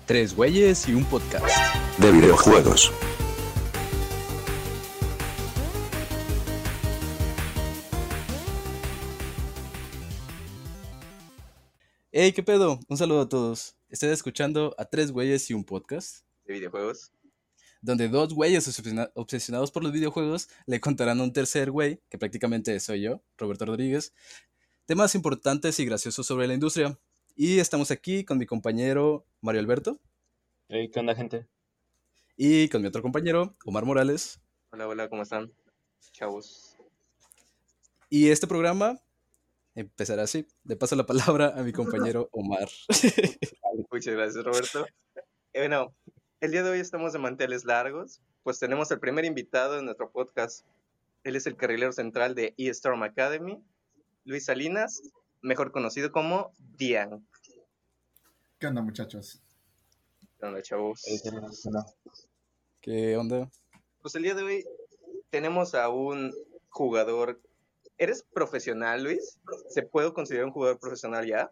Tres güeyes y un podcast de videojuegos. Hey, ¿qué pedo? Un saludo a todos. Están escuchando a Tres güeyes y un podcast, de videojuegos. donde dos güeyes obsesionados por los videojuegos le contarán a un tercer güey, que prácticamente soy yo, Roberto Rodríguez, temas importantes y graciosos sobre la industria. Y estamos aquí con mi compañero Mario Alberto Hey, ¿qué onda, gente? y con mi otro compañero Omar Morales. Hola, ¿cómo están, chavos? Y este programa empezará así. Le paso la palabra a mi compañero Omar. Muchas gracias, Roberto. Bueno, el día de hoy estamos de manteles largos, pues tenemos el primer invitado en nuestro podcast. Él es el carrilero central de eStorm Academy, Luis Salinas, mejor conocido como Dian. ¿Qué onda, muchachos? ¿Qué onda, chavos? ¿Qué onda? Pues el día de hoy tenemos a un jugador. ¿Eres profesional, Luis? ¿Se puede considerar un jugador profesional ya?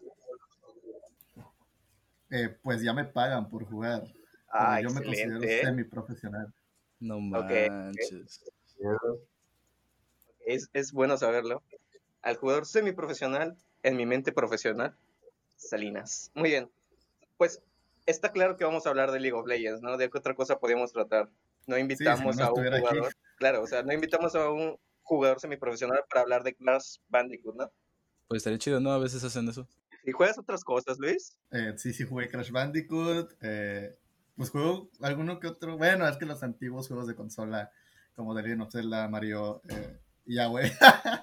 Pues ya me pagan por jugar. Ah, pero yo me considero excelente. semiprofesional. No Ok. manches. Es bueno saberlo. Al jugador semiprofesional, en mi mente profesional, Salinas. Muy bien. Pues está claro que vamos a hablar de League of Legends, ¿no? ¿De qué otra cosa podríamos tratar? No invitamos si no a un estuviera jugador. aquí. Claro, o sea, no invitamos a un jugador semiprofesional para hablar de Crash Bandicoot, ¿no? Pues estaría chido, ¿no? A veces hacen eso. ¿Y juegas otras cosas, Luis? Sí jugué Crash Bandicoot. Pues juego alguno que otro. Bueno, es que los antiguos juegos de consola, como The Legend of Zelda, Mario, y ya, güey.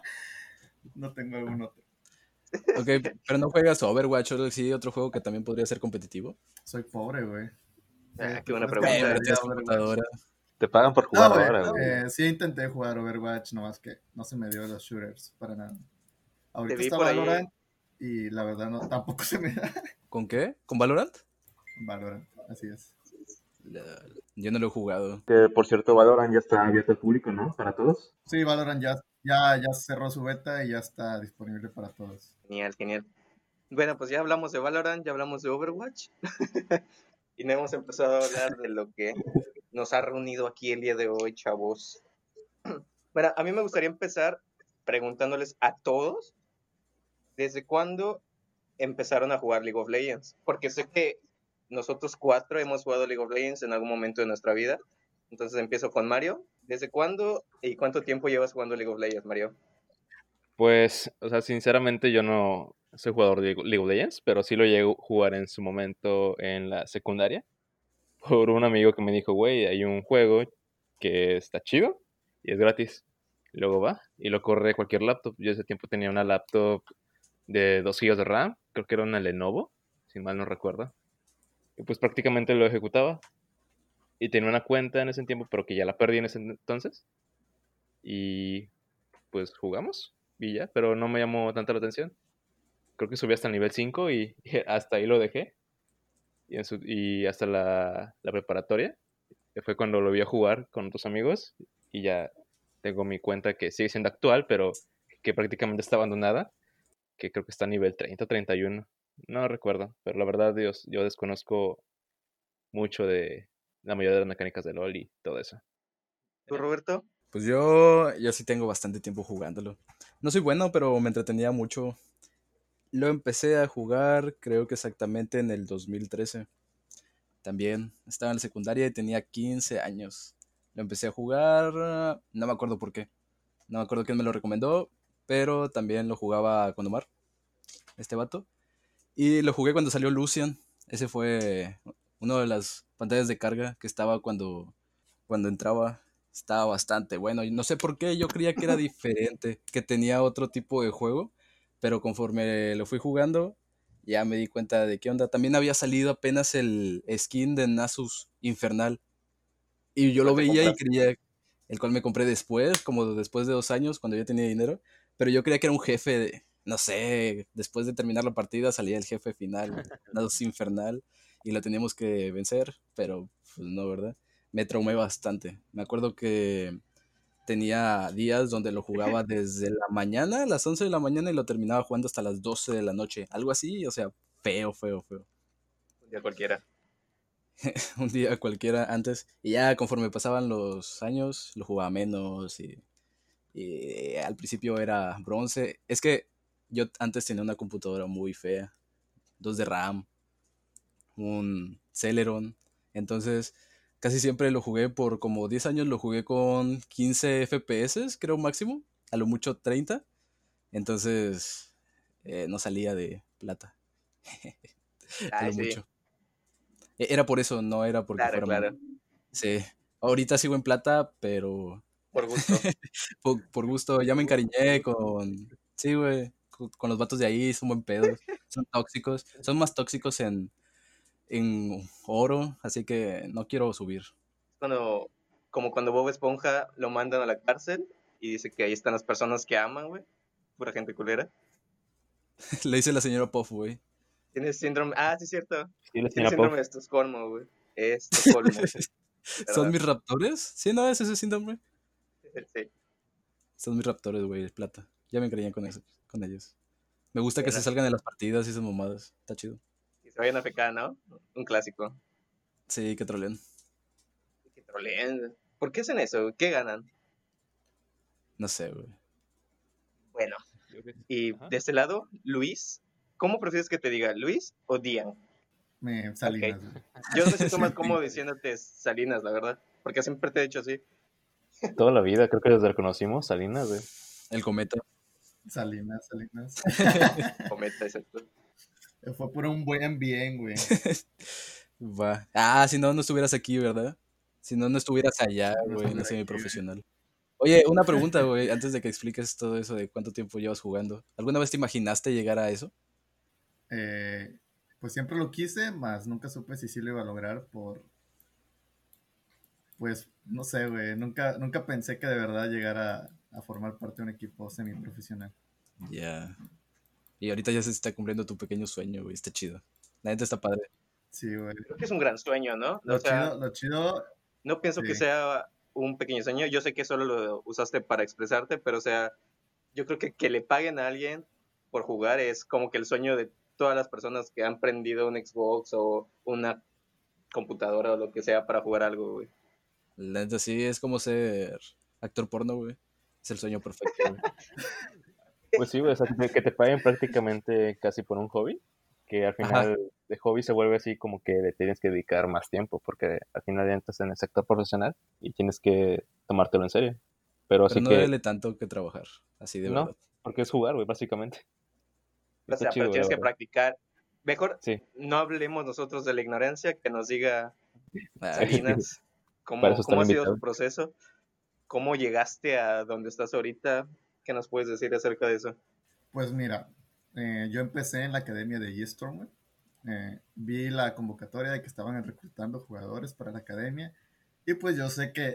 No tengo algún otro. Ok, pero no juegas Overwatch o sí, otro juego que también podría ser competitivo. Soy pobre, güey. Qué buena ¿Crees que pregunta. Pero jugaría tienes Overwatch? computadora. Te pagan por No, jugar güey. ahora, güey. Sí intenté jugar Overwatch, nomás que no se me dio los shooters para nada. Ahorita vi está por ahí. Valorant y la verdad no, tampoco se me da. ¿Con qué? ¿Con Valorant? Valorant, así es. Yo no lo he jugado. Que, por cierto, Valorant ya está abierto al público, ¿no? Para todos. Sí, Valorant ya cerró su beta y ya está disponible para todos. Genial. Bueno, pues ya hablamos de Valorant, ya hablamos de Overwatch. Y no hemos empezado a hablar de lo que nos ha reunido aquí el día de hoy, chavos. Bueno, a mí me gustaría empezar preguntándoles a todos, ¿desde cuándo empezaron a jugar League of Legends? Porque sé que nosotros cuatro hemos jugado League of Legends en algún momento de nuestra vida. Entonces empiezo con Mario. ¿Desde cuándo y cuánto tiempo llevas jugando League of Legends, Mario? Pues, o sea, sinceramente yo no soy jugador de League of Legends, pero sí lo llegué a jugar en su momento en la secundaria por un amigo que me dijo, güey, hay un juego que está chido y es gratis. Y luego va y lo corre cualquier laptop. Yo ese tiempo tenía una laptop de 2 GB de RAM, creo que era una Lenovo, si mal no recuerdo. Y pues prácticamente lo ejecutaba. Y tenía una cuenta en ese tiempo, pero que ya la perdí en ese entonces. Y pues jugamos y ya, pero no me llamó tanta la atención. Creo que subí hasta el nivel 5 y hasta ahí lo dejé. Y hasta la preparatoria, que fue cuando lo vi a jugar con otros amigos. Y ya tengo mi cuenta que sigue siendo actual, pero que prácticamente está abandonada. Que creo que está a nivel 30 o 31. No recuerdo, pero la verdad, Dios, yo desconozco mucho de la mayoría de las mecánicas de LoL y todo eso. ¿Tú, Roberto? Pues yo sí tengo bastante tiempo jugándolo. No soy bueno, pero me entretenía mucho. Lo empecé a jugar creo que exactamente en el 2013. También estaba en la secundaria y tenía 15 años. Lo empecé a jugar, no me acuerdo por qué. No me acuerdo quién me lo recomendó, pero también lo jugaba con Omar, este vato. Y lo jugué cuando salió Lucian. Ese fue una de las pantallas de carga que estaba cuando entraba. Estaba bastante bueno. Y no sé por qué, yo creía que era diferente, que tenía otro tipo de juego. Pero conforme lo fui jugando, ya me di cuenta de qué onda. También había salido apenas el skin de Nasus Infernal. Y yo lo ¿Cuál te veía y compraste? creía, el cual me compré después, como después de 2 años, cuando ya tenía dinero. Pero yo creía que era un jefe, no sé, después de terminar la partida salía el jefe final, Nasus Infernal, y lo teníamos que vencer, pero pues no, ¿verdad? Me traumé bastante. Me acuerdo que tenía días donde lo jugaba desde la mañana, a las 11 de la mañana, y lo terminaba jugando hasta las 12 de la noche. Algo así, o sea, feo. Un día cualquiera. un día cualquiera antes. Y ya conforme pasaban los años, lo jugaba menos. Y al principio era bronce. Es que yo antes tenía una computadora muy fea. 2 de RAM, un Celeron. Entonces, casi siempre lo jugué por como 10 años, lo jugué con 15 FPS, creo máximo. A lo mucho 30. Entonces, no salía de plata. A Ay, lo sí, mucho. Era por eso, no era porque claro, fuera malo. claro. Sí. Ahorita sigo en plata, pero Por gusto. por gusto, ya me encariñé con. Sí, güey. Con los vatos de ahí, son buen pedos. Son tóxicos. Son más tóxicos en oro, así que no quiero subir. Cuando, como cuando Bob Esponja lo mandan a la cárcel y dice que ahí están las personas que aman, güey. Pura gente culera. Le dice la señora Puff, güey. Tienes síndrome. Ah, sí, es cierto. Sí, la Tienes señora Puff. síndrome de Estocolmo, güey. Estocolmo, ¿Son ¿verdad? mis raptores? Sí, no, es ese síndrome. Sí. Son mis raptores, güey, de plata. Ya me encariñé con eso, con ellos. Me gusta que se Bueno, salgan de las partidas y esas mamadas. Está chido. y se vayan a fecar, ¿no? Un clásico. Sí, que trolean. Que troleen. ¿Por qué hacen eso? ¿Qué ganan? No sé, güey. Bueno, Yo creo que- y Ajá. de este lado, Luis. ¿Cómo prefieres que te diga, Luis o Dian? Salinas, Ok. güey. Yo me siento más cómodo diciéndote Salinas, la verdad. Porque siempre te he dicho así. Toda la vida, creo que desde que conocimos Salinas, güey. El cometa. Salinas, Salinas. Cometa, exacto. Fue por un buen bien, güey. Va. Ah, si no, no estuvieras aquí, ¿verdad? Si no, no estuvieras allá, No güey, en estuviera ese aquí, güey. profesional. Oye, una pregunta, güey, antes de que expliques todo eso de cuánto tiempo llevas jugando. ¿Alguna vez te imaginaste llegar a eso? Eh, pues siempre lo quise, más nunca supe si sí lo iba a lograr pues, no sé, güey. Nunca pensé que de verdad llegara a formar parte de un equipo semiprofesional. Ya. Y ahorita ya se está cumpliendo tu pequeño sueño, güey. Está chido. La neta está padre. Sí, güey. Creo que es un gran sueño, ¿no? O sea, Lo chido, no pienso sí. que sea un pequeño sueño. Yo sé que solo lo usaste para expresarte, pero o sea, yo creo que le paguen a alguien por jugar es como que el sueño de todas las personas que han prendido un Xbox o una computadora o lo que sea para jugar algo, güey. La neta sí es como ser actor porno, güey. Es el sueño perfecto, güey. Pues sí, güey, o sea, que te paguen prácticamente casi por un hobby, que al Ajá. final de hobby se vuelve así como que le tienes que dedicar más tiempo, porque al final ya entras en el sector profesional y tienes que tomártelo en serio. Pero Pero así no que, duele tanto que trabajar. Así de no, verdad. porque es jugar, güey, básicamente. O Está sea, pero chido, güey, la tienes que verdad. practicar. Mejor Sí, no hablemos nosotros de la ignorancia, que nos diga Ah, Salinas para eso cómo están ha sido su invitados. proceso, cómo llegaste a donde estás ahorita, ¿qué nos puedes decir acerca de eso? Pues mira, yo empecé en la academia de eStorm, güey. Vi la convocatoria de que estaban reclutando jugadores para la academia y pues yo sé que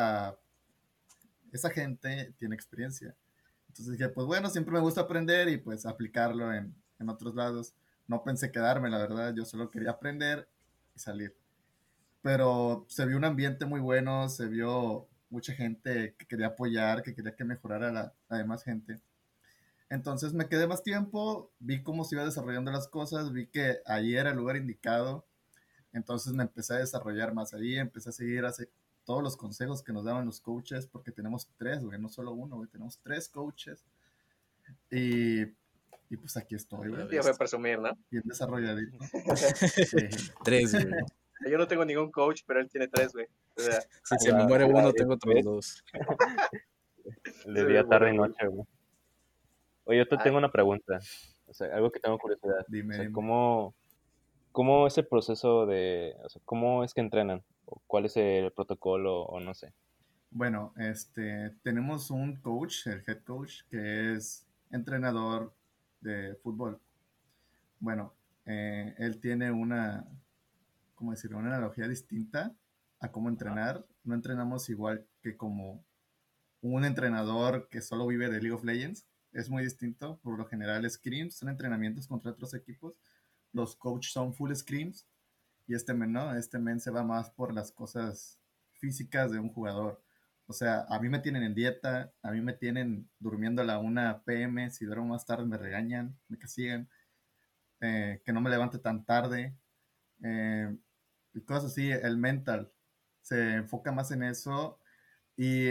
esa gente tiene experiencia. Entonces dije, pues bueno, siempre me gusta aprender y pues aplicarlo en otros lados. No pensé quedarme, la verdad, yo solo quería aprender y salir. Pero se vio un ambiente muy bueno, se vio mucha gente que quería apoyar, que quería que mejorara la demás gente. Entonces me quedé más tiempo, vi cómo se iba desarrollando las cosas, vi que ahí era el lugar indicado, entonces me empecé a desarrollar más ahí, empecé a seguir todos los consejos que nos daban los coaches, porque tenemos tres, güey, no solo uno, güey, tenemos tres coaches y, y pues aquí estoy, ya güey, Ya voy a ves. presumir, ¿no? bien desarrolladito. Sí, Tres, güey. Yo no tengo ningún coach, pero él tiene tres, güey. O sea, Si se me muere A la uno, vez, tengo otros ¿ves? dos. El ese de es día, el tarde bueno, y güey. noche, güey. Oye, yo te Ay, tengo una pregunta, o sea, algo que tengo curiosidad. O dime, sea, dime. ¿cómo es el proceso de, o sea, cómo es que entrenan? ¿O cuál es el protocolo o no sé? Bueno, tenemos un coach, el head coach, que es entrenador de fútbol. Bueno, él tiene ¿cómo decirlo? Una analogía distinta a cómo Ajá. entrenar. No entrenamos igual que como un entrenador que solo vive de League of Legends. Es muy distinto. Por lo general, scrims son entrenamientos contra otros equipos. Los coaches son full scrims. Y este men no, este men se va más por las cosas físicas de un jugador. O sea, a mí me tienen en dieta, a mí me tienen durmiendo a la 1 p.m. Si duermo más tarde me regañan, me castigan, que no me levante tan tarde. Eh, cosas así, el mental. Se enfoca más en eso y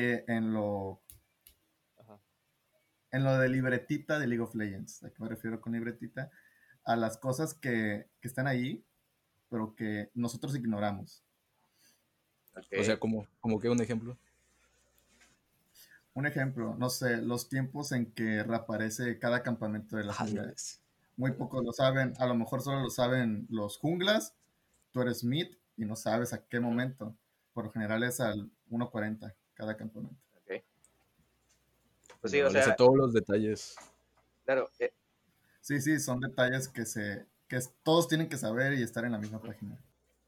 Ajá. en lo de libretita de League of Legends. ¿A qué me refiero con libretita? A las cosas que están ahí, pero que nosotros ignoramos. O sea, Ok. como que un ejemplo. Un ejemplo, no sé, los tiempos en que reaparece cada campamento de la Ah, la jungla. vez. Muy pocos lo saben, a lo mejor solo lo saben los junglas, tú eres mid y no sabes a qué momento. Por lo general es al 1:40 cada campamento. Ok. Pues sí, o Lol, o sea, sea, todos los detalles. claro, Sí, sí, son detalles que todos tienen que saber y estar en la misma página.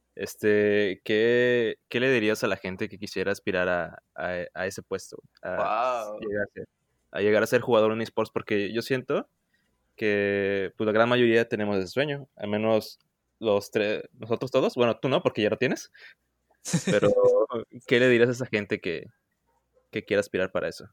¿Qué le dirías a la gente que quisiera aspirar a ese puesto? wow. A llegar a ser jugador en esports, porque yo siento que pues, la gran mayoría tenemos ese sueño, al menos los tres, nosotros todos, bueno, tú no, porque ya lo tienes, pero ¿qué le dirías a esa gente que quiera aspirar para eso?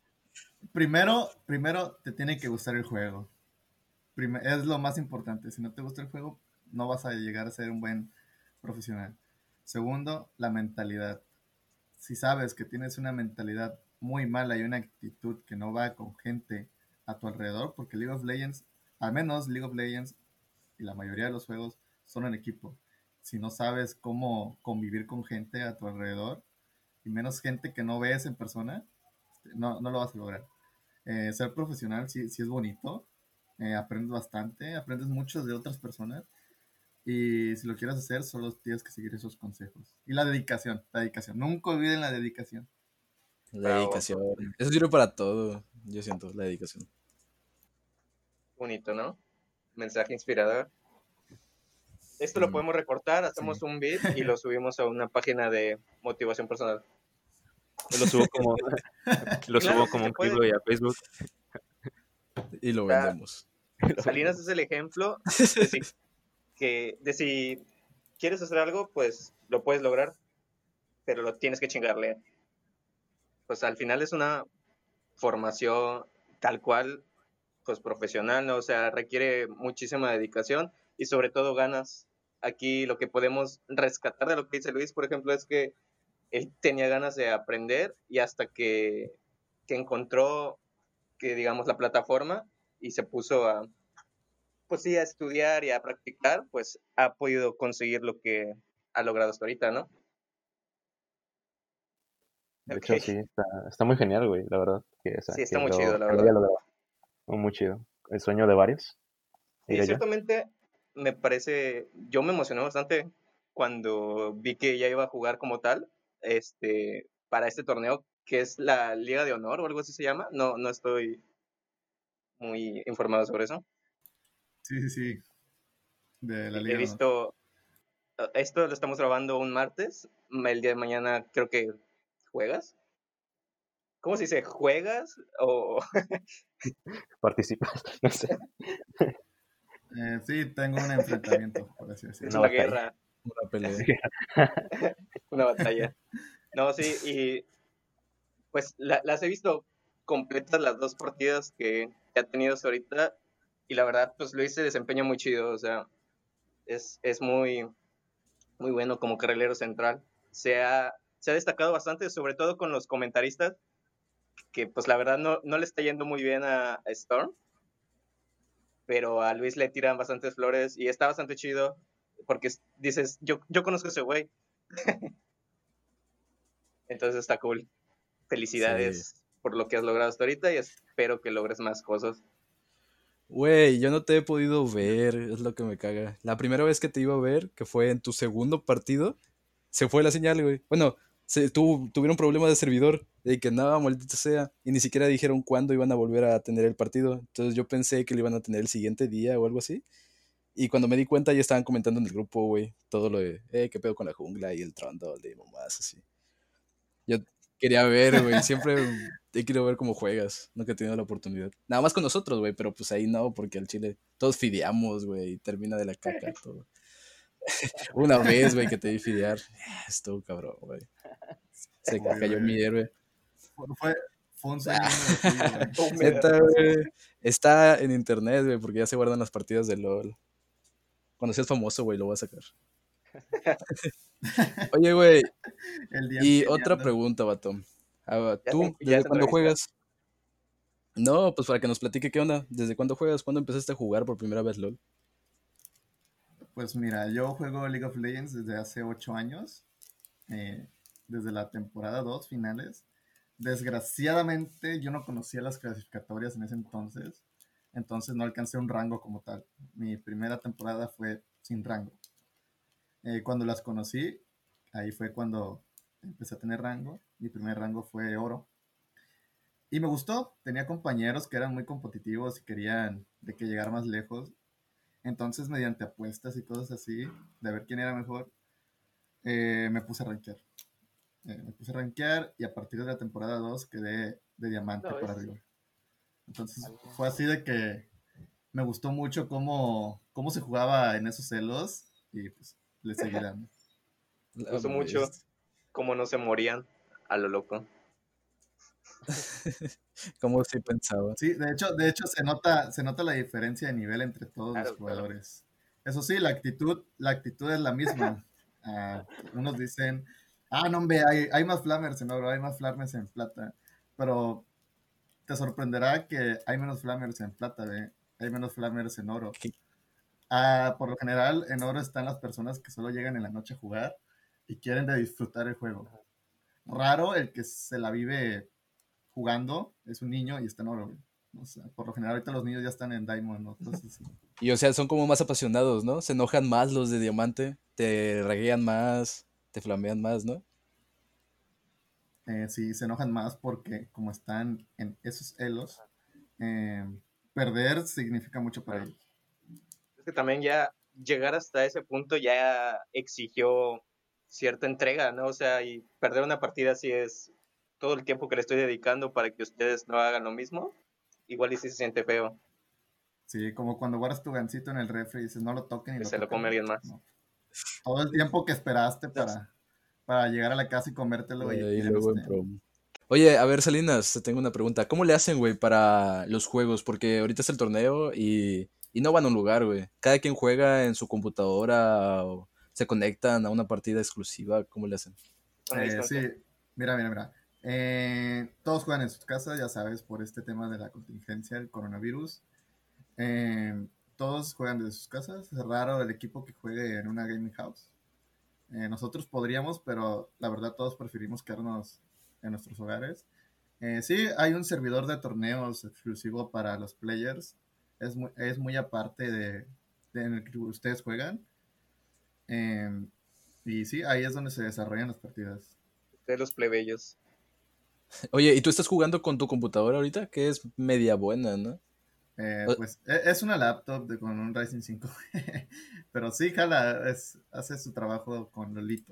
Primero te tiene que gustar el juego. Es lo más importante. Si no te gusta el juego, no vas a llegar a ser un buen profesional. Segundo, la mentalidad. Si sabes que tienes una mentalidad muy mala y una actitud que no va con gente a tu alrededor, porque League of Legends, al menos League of Legends y la mayoría de los juegos son en equipo. Si no sabes cómo convivir con gente a tu alrededor, y menos gente que no ves en persona, no lo vas a lograr. Ser profesional sí es bonito, aprendes bastante, aprendes mucho de otras personas, y si lo quieres hacer, solo tienes que seguir esos consejos. Y la dedicación. Nunca olviden la dedicación. La Bravo. dedicación. Eso sirve para todo, yo siento, la dedicación. Bonito, ¿no? Mensaje inspirador. Esto lo Mm, podemos recortar, Sí. hacemos un beat y lo subimos a una página de motivación personal. Lo subo como, lo Claro, subo sí como se un puede. giveaway a Facebook. y lo O sea, vendemos. Salinas es el ejemplo de si quieres hacer algo, pues lo puedes lograr, pero lo tienes que chingarle. Pues al final es una formación tal cual, pues profesional, ¿no? O sea, requiere muchísima dedicación y sobre todo ganas. Aquí lo que podemos rescatar de lo que dice Luis, por ejemplo, es que él tenía ganas de aprender y hasta que encontró, que digamos, la plataforma y se puso a, pues sí, a estudiar y a practicar, pues ha podido conseguir lo que ha logrado hasta ahorita, ¿no? De Ok, hecho, sí, está muy genial, güey, la verdad, o sea, sí, está muy chido, la que lo verdad. haya logrado. Muy chido. El sueño de varios, Sí, diría yo. ciertamente me parece, yo me emocioné bastante cuando vi que ya iba a jugar como tal, para este torneo, que es la Liga de Honor o algo así se llama. No, no estoy muy informado sobre eso. Sí, sí, sí. De la He Liga de Honor. visto, esto lo estamos grabando un martes, el día de mañana creo que juegas. ¿Cómo se dice? ¿Juegas? O Participas, no sé, Sí, tengo un enfrentamiento, por así es una decirlo. una batalla. guerra, Una pelea. una batalla? No, sí, y pues las he visto completas las dos partidas que ha tenido hasta ahorita y la verdad, pues Luis se desempeña muy chido, o sea, es muy, muy bueno como carrilero central. Se ha destacado bastante, sobre todo con los comentaristas, que pues la verdad no le está yendo muy bien a Storm, pero a Luis le tiran bastantes flores y está bastante chido porque dices, yo conozco a ese güey, entonces está cool. Sí. Felicidades por lo que has logrado hasta ahorita y espero que logres más cosas. Güey, yo no te he podido ver, es lo que me caga. La primera vez que te iba a ver, que fue en tu segundo partido, se fue la señal, güey. Bueno, tuvieron problemas de servidor, de que nada, maldita sea, y ni siquiera dijeron cuándo iban a volver a tener el partido. Entonces yo pensé que lo iban a tener el siguiente día o algo así. Y cuando me di cuenta ya estaban comentando en el grupo, güey, todo lo de, qué pedo con la jungla y el Trundle y mamás así. Yo quería ver, güey, siempre he querido ver cómo juegas, nunca he tenido la oportunidad. Nada más con nosotros, güey, pero pues ahí no, porque al Chile todos fideamos, güey, y termina de la caca todo. Una vez, güey, que te vi fidear, estuvo cabrón, güey. Se Uy, cayó mi güey. héroe. Fue, fue un sueño Ah, húmedo tuyo, güey. Húmedo. neta, ¿Qué pasó? güey, está en internet, güey, porque ya se guardan las partidas de LOL. Cuando seas famoso, güey, lo voy a sacar. Oye, güey, El día y otra peleando. pregunta, vato. Ya ¿Tú ya desde te cuándo entrevisté. juegas? No, pues para que nos platique qué onda. ¿Desde cuándo juegas? ¿Cuándo empezaste a jugar por primera vez LOL? Pues mira, yo juego League of Legends desde hace 8 años, eh, desde la temporada 2 finales. Desgraciadamente yo no conocía las clasificatorias en ese entonces no alcancé un rango como tal. Mi primera temporada fue sin rango. Cuando las conocí, ahí fue cuando empecé a tener rango. Mi primer rango fue oro. Y me gustó, tenía compañeros que eran muy competitivos y querían de que llegara más lejos. Entonces, mediante apuestas y cosas así, de ver quién era mejor, me puse a rankear. Me puse a rankear y a partir de la temporada 2 quedé de diamante No, para es... arriba. Entonces fue así de que me gustó mucho cómo se jugaba en esos celos y pues le seguí dando. Me Ah, gustó mucho pues, cómo no se morían a lo loco. ¿cómo sí pensaba? Sí, de hecho se nota la diferencia de nivel entre todos los Claro, claro. jugadores. Eso sí, la actitud es la misma. Ah, unos dicen, no, hombre, hay más flammers en oro, hay más flammers en plata. Pero te sorprenderá que hay menos flammers en plata, ¿ve? Hay menos flammers en oro. ¿Qué? Por lo general, en oro están las personas que solo llegan en la noche a jugar y quieren de disfrutar el juego. Raro el que se la vive jugando, es un niño y está en oro, güey. O sea, por lo general ahorita los niños ya están en Diamond, ¿no? Entonces, sí. Y o sea, son como más apasionados, ¿no? Se enojan más los de diamante, te raguean más, te flamean más, ¿no? Sí, se enojan más porque como están en esos elos, eh, perder significa mucho para Claro. ellos. Es que también ya llegar hasta ese punto ya exigió cierta entrega, ¿no? O sea, y perder una partida así es todo el tiempo que le estoy dedicando para que ustedes no hagan lo mismo. Igual y sí se siente feo Sí, como cuando guardas tu gancito en el refri y dices no lo toquen y que lo se lo come tocan. alguien más. No. Todo el tiempo que esperaste No, para llegar a la casa y comértelo y Y ya no luego en esté. promo. Oye, a ver, Salinas, te tengo una pregunta. ¿Cómo le hacen, güey, para los juegos? Porque ahorita es el torneo y no van a un lugar, güey. Cada quien juega en su computadora o se conectan a una partida exclusiva. ¿Cómo le hacen? una Sí, distancia. mira. Todos juegan en sus casas, ya sabes, por este tema de la contingencia, el coronavirus. Eh, Todos juegan desde sus casas. Es raro el equipo que juegue en una gaming house. Nosotros podríamos, pero la verdad todos preferimos quedarnos en nuestros hogares. Sí, hay un servidor de torneos exclusivo para los players. Es muy aparte de en el que ustedes juegan. Eh, y sí, ahí es donde se desarrollan las partidas. De los plebeyos. Oye, ¿y tú estás jugando con tu computadora ahorita? Que es media buena, ¿no? O- Pues es una laptop con un Ryzen 5. Pero sí, jala, hace su trabajo con Lolito.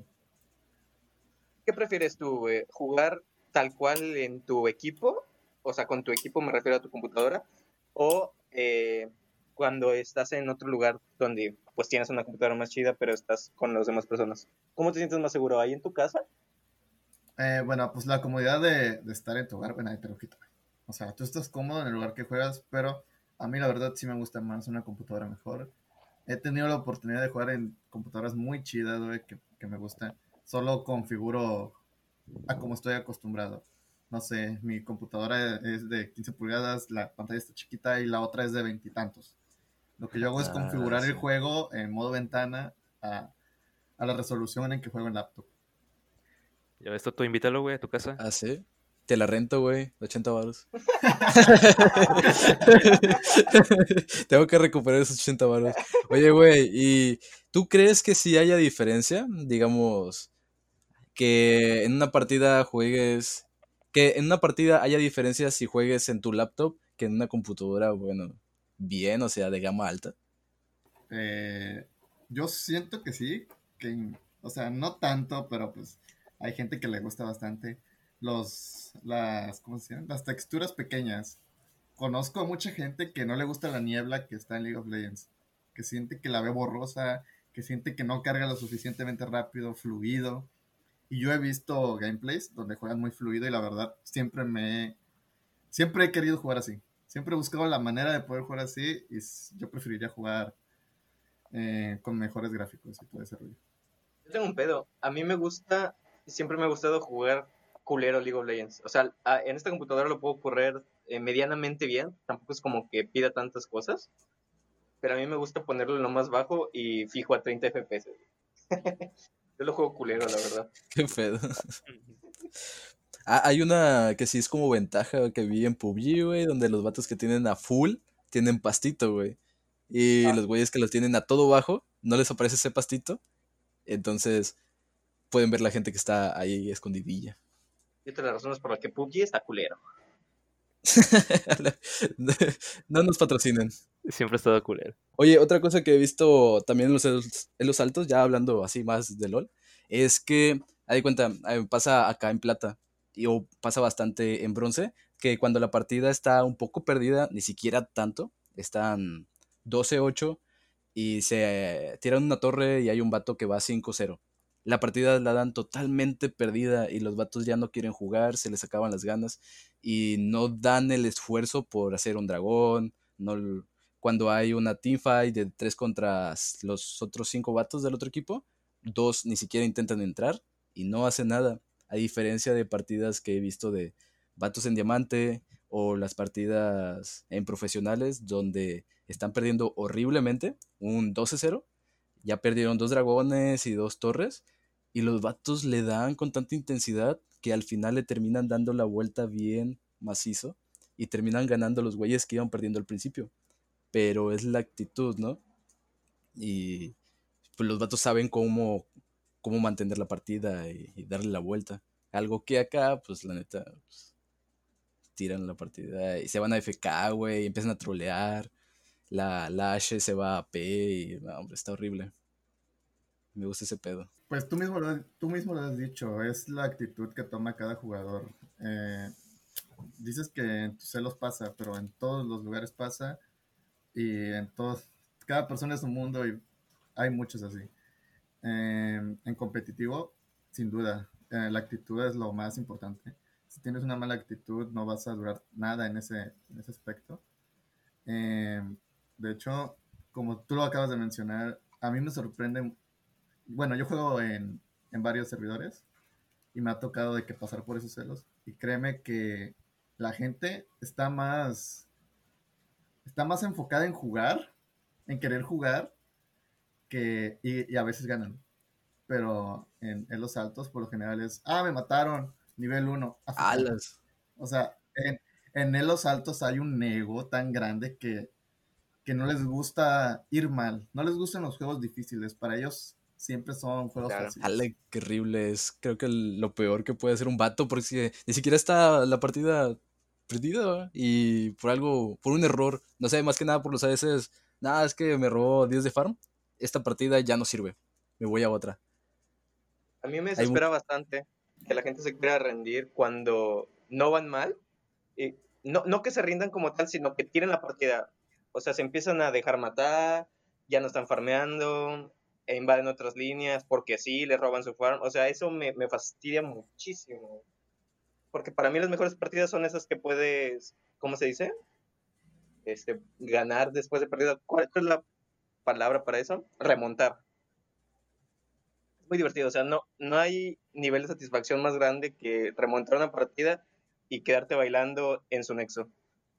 ¿Qué prefieres tú, güey? ¿Jugar tal cual en tu equipo? O sea, con tu equipo me refiero a tu computadora. ¿O cuando estás en otro lugar donde pues tienes una computadora más chida, pero estás con las demás personas? ¿Cómo te sientes más seguro? ¿Ahí en tu casa? Bueno, pues la comodidad de estar en tu hogar, bueno, ahí te lo quito. O sea, tú estás cómodo en el lugar que juegas, pero a mí la verdad sí me gusta más una computadora mejor. He tenido la oportunidad de jugar en computadoras muy chidas, güey, que me gustan. Solo configuro a como estoy acostumbrado. No sé, mi computadora es de 15 pulgadas, la pantalla está chiquita y la otra es de veintitantos. Lo que yo hago es Ah, configurar el sí. juego en modo ventana a la resolución en que juego en laptop. Ya ves, tú invítalo, güey, a tu casa. Ah, sí. Te la rento, güey. 80 baros. Tengo que recuperar esos 80 baros. Oye, güey, ¿y tú crees que sí haya diferencia? Digamos, que en una partida juegues. Que en una partida haya diferencia si juegues en tu laptop que en una computadora, bueno, bien, o sea, de gama alta. Eh, yo siento que sí, o sea, no tanto, pero pues hay gente que le gusta bastante ¿cómo se llaman? Las texturas pequeñas. Conozco a mucha gente que no le gusta la niebla que está en League of Legends, que siente que la ve borrosa, que siente que no carga lo suficientemente rápido, fluido. Y yo he visto gameplays donde juegan muy fluido y la verdad siempre he querido jugar así. Siempre he buscado la manera de poder jugar así y yo preferiría jugar con mejores gráficos y todo ese rollo. Yo tengo un pedo. A mí siempre me ha gustado jugar culero League of Legends. O sea, en esta computadora lo puedo correr medianamente bien. Tampoco es como que pida tantas cosas. Pero a mí me gusta ponerlo en lo más bajo y fijo a 30 FPS. Yo lo juego culero, la verdad. Qué pedo. Hay una que sí es como ventaja que vi en PUBG, güey, donde los vatos que tienen a full tienen pastito, güey. Y los güeyes que los tienen a todo bajo, no les aparece ese pastito. Entonces pueden ver la gente que está ahí escondidilla. Y otra de las razones por las que PUBG está culero. No nos patrocinen. Siempre he estado culero. Oye, otra cosa que he visto también en los altos, ya hablando así más de LOL, es que, haz de cuenta, pasa acá en plata, o pasa bastante en bronce, que cuando la partida está un poco perdida, ni siquiera tanto, están 12-8 y se tiran una torre y hay un vato que va 5-0. La partida la dan totalmente perdida y los vatos ya no quieren jugar, se les acaban las ganas y no dan el esfuerzo por hacer un dragón, no, cuando hay una teamfight de 3 contra los otros 5 vatos del otro equipo, 2 ni siquiera intentan entrar y no hacen nada. A diferencia de partidas que he visto de vatos en diamante o las partidas en profesionales donde están perdiendo horriblemente, un 12-0, ya perdieron 2 dragones y 2 torres y los vatos le dan con tanta intensidad que al final le terminan dando la vuelta bien macizo y terminan ganando los güeyes que iban perdiendo al principio, pero es la actitud, ¿no? Y pues los vatos saben cómo mantener la partida y darle la vuelta. Algo que acá, pues la neta, pues, tiran la partida y se van a FK, güey, y empiezan a trolear. La Ashe se va a P y, no, hombre, está horrible. Me gusta ese pedo. Pues tú mismo lo has dicho, es la actitud que toma cada jugador. Dices que en tus celos pasa, pero en todos los lugares pasa y en todos, cada persona es un mundo y hay muchos así. En competitivo, sin duda, la actitud es lo más importante. Si tienes una mala actitud, no vas a durar nada en ese aspecto. De hecho, como tú lo acabas de mencionar, a mí me sorprende. Bueno, yo juego en varios servidores y me ha tocado de que pasar por esos celos. Y créeme que la gente está más enfocada en jugar, en querer jugar, y a veces ganan. Pero en los altos, por lo general es, me mataron, nivel 1. Alas. O sea, en los altos hay un ego tan grande que no les gusta ir mal. No les gustan los juegos difíciles. Para ellos siempre son juegos fáciles. Ale, qué horrible es. Creo que lo peor que puede hacer un vato, porque ni siquiera está la partida perdida, ¿va? Y por un error, no sé, más que nada por los ADCs. Nada, es que me robó 10 de farm. Esta partida ya no sirve. Me voy a otra. A mí me Hay desespera bastante que la gente se quiera rendir cuando no van mal. Y no que se rindan como tal, sino que tiren la partida. O sea, se empiezan a dejar matar, ya no están farmeando, e invaden otras líneas porque sí, les roban su farm. O sea, eso me fastidia muchísimo. Porque para mí las mejores partidas son esas que puedes, ¿cómo se dice? Ganar después de perdida. ¿Cuál es la palabra para eso? Remontar. Es muy divertido, o sea, no hay nivel de satisfacción más grande que remontar una partida y quedarte bailando en su nexo.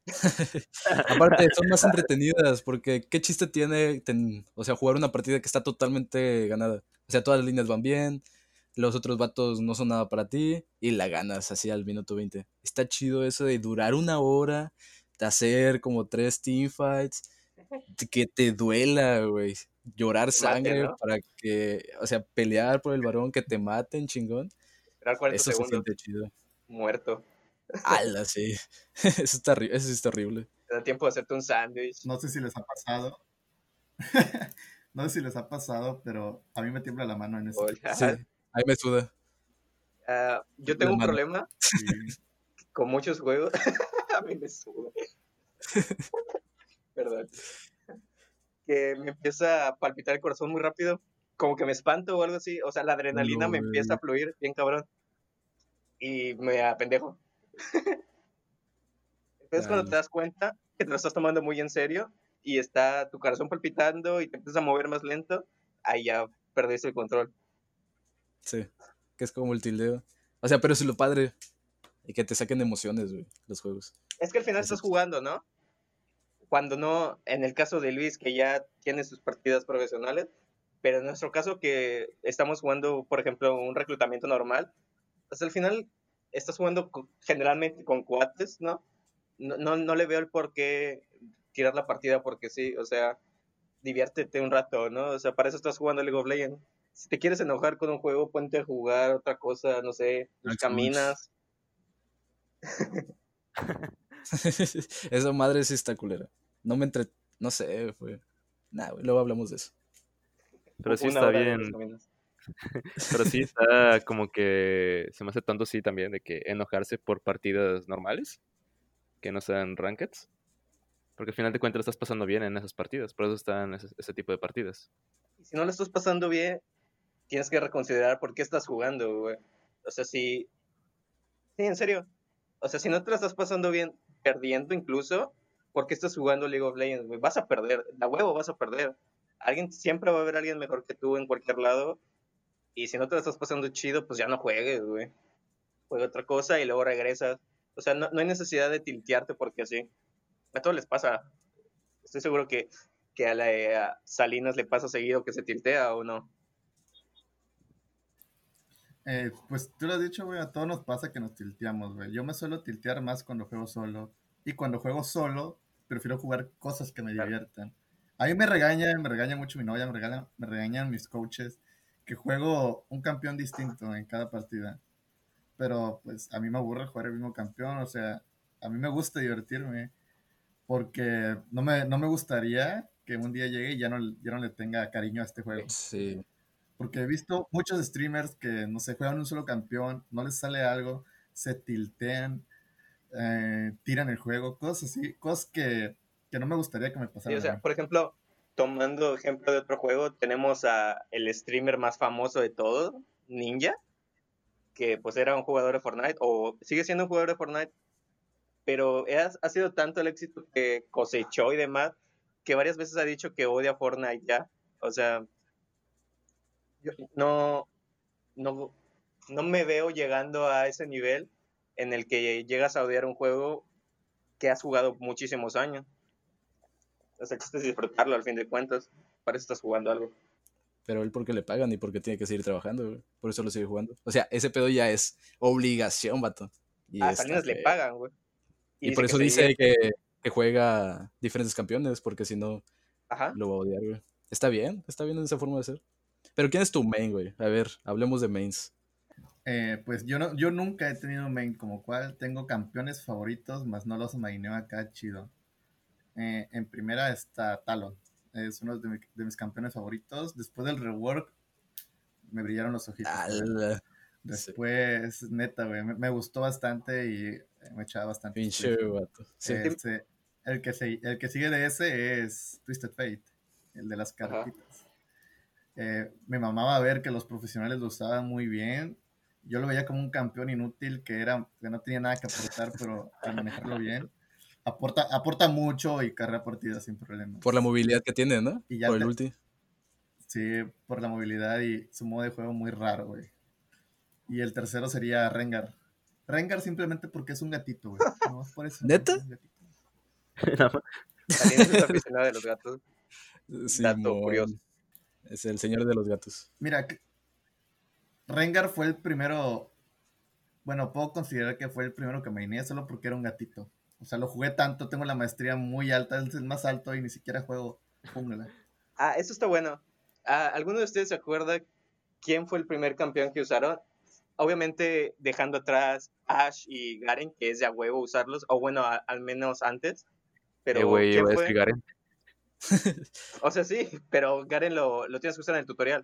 Aparte, son más entretenidas, porque qué chiste tiene, o sea, jugar una partida que está totalmente ganada. O sea, todas las líneas van bien, los otros vatos no son nada para ti, y la ganas así al minuto 20. Está chido eso de durar una hora, de hacer como 3 teamfights, que te duela, güey. Llorar sangre ¿no? para que, o sea, pelear por el varón, que te maten, chingón. Esperar 40 Eso se segundos, siente chido. muerto. Ala, sí. Eso sí está horrible. Te da tiempo de hacerte un sándwich. No sé si les ha pasado. No sé si les ha pasado, pero a mí me tiembla la mano en ese tipo. Sí, ahí me suda. Yo tengo un mano. problema con muchos juegos. A mí me sube. Perdón. Que me empieza a palpitar el corazón muy rápido. Como que me espanto o algo así. O sea, la adrenalina No, me empieza a fluir bien cabrón. Y me apendejo. Entonces cuando te das cuenta que te lo estás tomando muy en serio y está tu corazón palpitando y te empiezas a mover más lento, ahí ya perdiste el control. Sí, que es como el tildeo. O sea, pero es lo padre. Y que te saquen emociones, güey, los juegos. Es que al final Así. estás jugando, ¿no? Cuando no, en el caso de Luis, que ya tiene sus partidas profesionales, pero en nuestro caso que estamos jugando, por ejemplo, un reclutamiento normal, pues al final estás jugando generalmente con cuates, ¿no? No le veo el por qué tirar la partida porque sí, o sea, diviértete un rato, ¿no? O sea, para eso estás jugando League of Legends. Si te quieres enojar con un juego, ponte a jugar otra cosa, no sé, tus Xbox. caminas. Esa madre sí está culera. No me entre... No sé, fue... Nah, güey, luego hablamos de eso. Pero sí Una está hora de los bien. caminos. Pero sí está como que se me hace tanto sí también de que enojarse por partidas normales, que no sean rankeds. Porque al final de cuentas estás pasando bien en esas partidas, por eso están ese tipo de partidas. Y si no lo estás pasando bien, tienes que reconsiderar por qué estás jugando, güey. O sea, sí, en serio. O sea, si no te la estás pasando bien, perdiendo incluso, ¿por qué estás jugando League of Legends, güey? Vas a perder, la huevo vas a perder. Siempre va a haber alguien mejor que tú en cualquier lado. Y si no te la estás pasando chido, pues ya no juegues, güey. Juega otra cosa y luego regresas. O sea, no hay necesidad de tiltearte porque así. A todos les pasa. Estoy seguro que a Salinas le pasa seguido que se tiltea o no. Pues tú lo has dicho, güey, a todos nos pasa que nos tilteamos, güey. Yo me suelo tiltear más cuando juego solo. Y cuando juego solo, prefiero jugar cosas que me Claro. diviertan. A mí me regaña mucho mi novia, me regañan mis coaches, que juego un campeón distinto en cada partida. Pero pues a mí me aburre jugar el mismo campeón, o sea, a mí me gusta divertirme, porque no me gustaría que un día llegue y ya no le tenga cariño a este juego. Sí. Porque he visto muchos streamers que, no sé, juegan un solo campeón, no les sale algo, se tiltean, tiran el juego, cosas así, cosas que no me gustaría que me Sí, pasaran o a sea, mí. por ejemplo, tomando ejemplo de otro juego, tenemos a el streamer más famoso de todos, Ninja, que pues era un jugador de Fortnite, o sigue siendo un jugador de Fortnite, pero ha sido tanto el éxito que cosechó y demás, que varias veces ha dicho que odia Fortnite ya. O sea, yo no, no me veo llegando a ese nivel en el que llegas a odiar un juego que has jugado muchísimos años. O sea, el chiste es disfrutarlo al fin de cuentas. Para eso estás jugando algo. Pero él porque le pagan y porque tiene que seguir trabajando, güey. Por eso lo sigue jugando. O sea, ese pedo ya es obligación, vato. Y A está Salinas le feo. pagan, güey. Y Y por dice que eso se dice divierte. que juega diferentes campeones, porque si no, Ajá. lo va a odiar, güey. Está bien esa forma de ser. Pero ¿quién es tu main, güey? A ver, hablemos de mains. Pues yo nunca he tenido main como cual, tengo campeones favoritos, más no los maineo acá chido. En primera está Talon, es uno de mis campeones favoritos. Después del rework, me brillaron los ojitos con él. Ala. Sí, Después, neta, güey, me gustó bastante y me echaba bastante pinche spliff. vato. Sí. El que sigue de ese es Twisted Fate, el de las Ajá. cartitas. Me mamaba ver que los profesionales lo usaban muy bien. Yo lo veía como un campeón inútil que no tenía nada que aportar, pero al manejarlo bien, aporta mucho y carga partidas sin problemas. Por la movilidad que tiene, ¿no? Y ya Por el ulti. sí, por la movilidad y su modo de juego muy raro, güey. Y el tercero sería Rengar. Rengar simplemente porque es un gatito, güey. No, es por eso. ¿Neta? Es un gatito. Salinas es aficionado de los gatos. Dato curioso. Simón. Es el señor de los gatos. Mira, Rengar fue el primero. Bueno, puedo considerar que fue el primero que me maineé solo porque era un gatito. O sea, lo jugué tanto, tengo la maestría muy alta, es el más alto y ni siquiera juego jungla. Ah, eso está bueno. ¿Alguno de ustedes se acuerda quién fue el primer campeón que usaron? Obviamente dejando atrás Ash y Garen, que es de a huevo usarlos, o bueno, al menos antes. Pero Güey, ¿quién iba a fue? decir Garen. O sea, sí, pero Garen lo tienes que usar en el tutorial.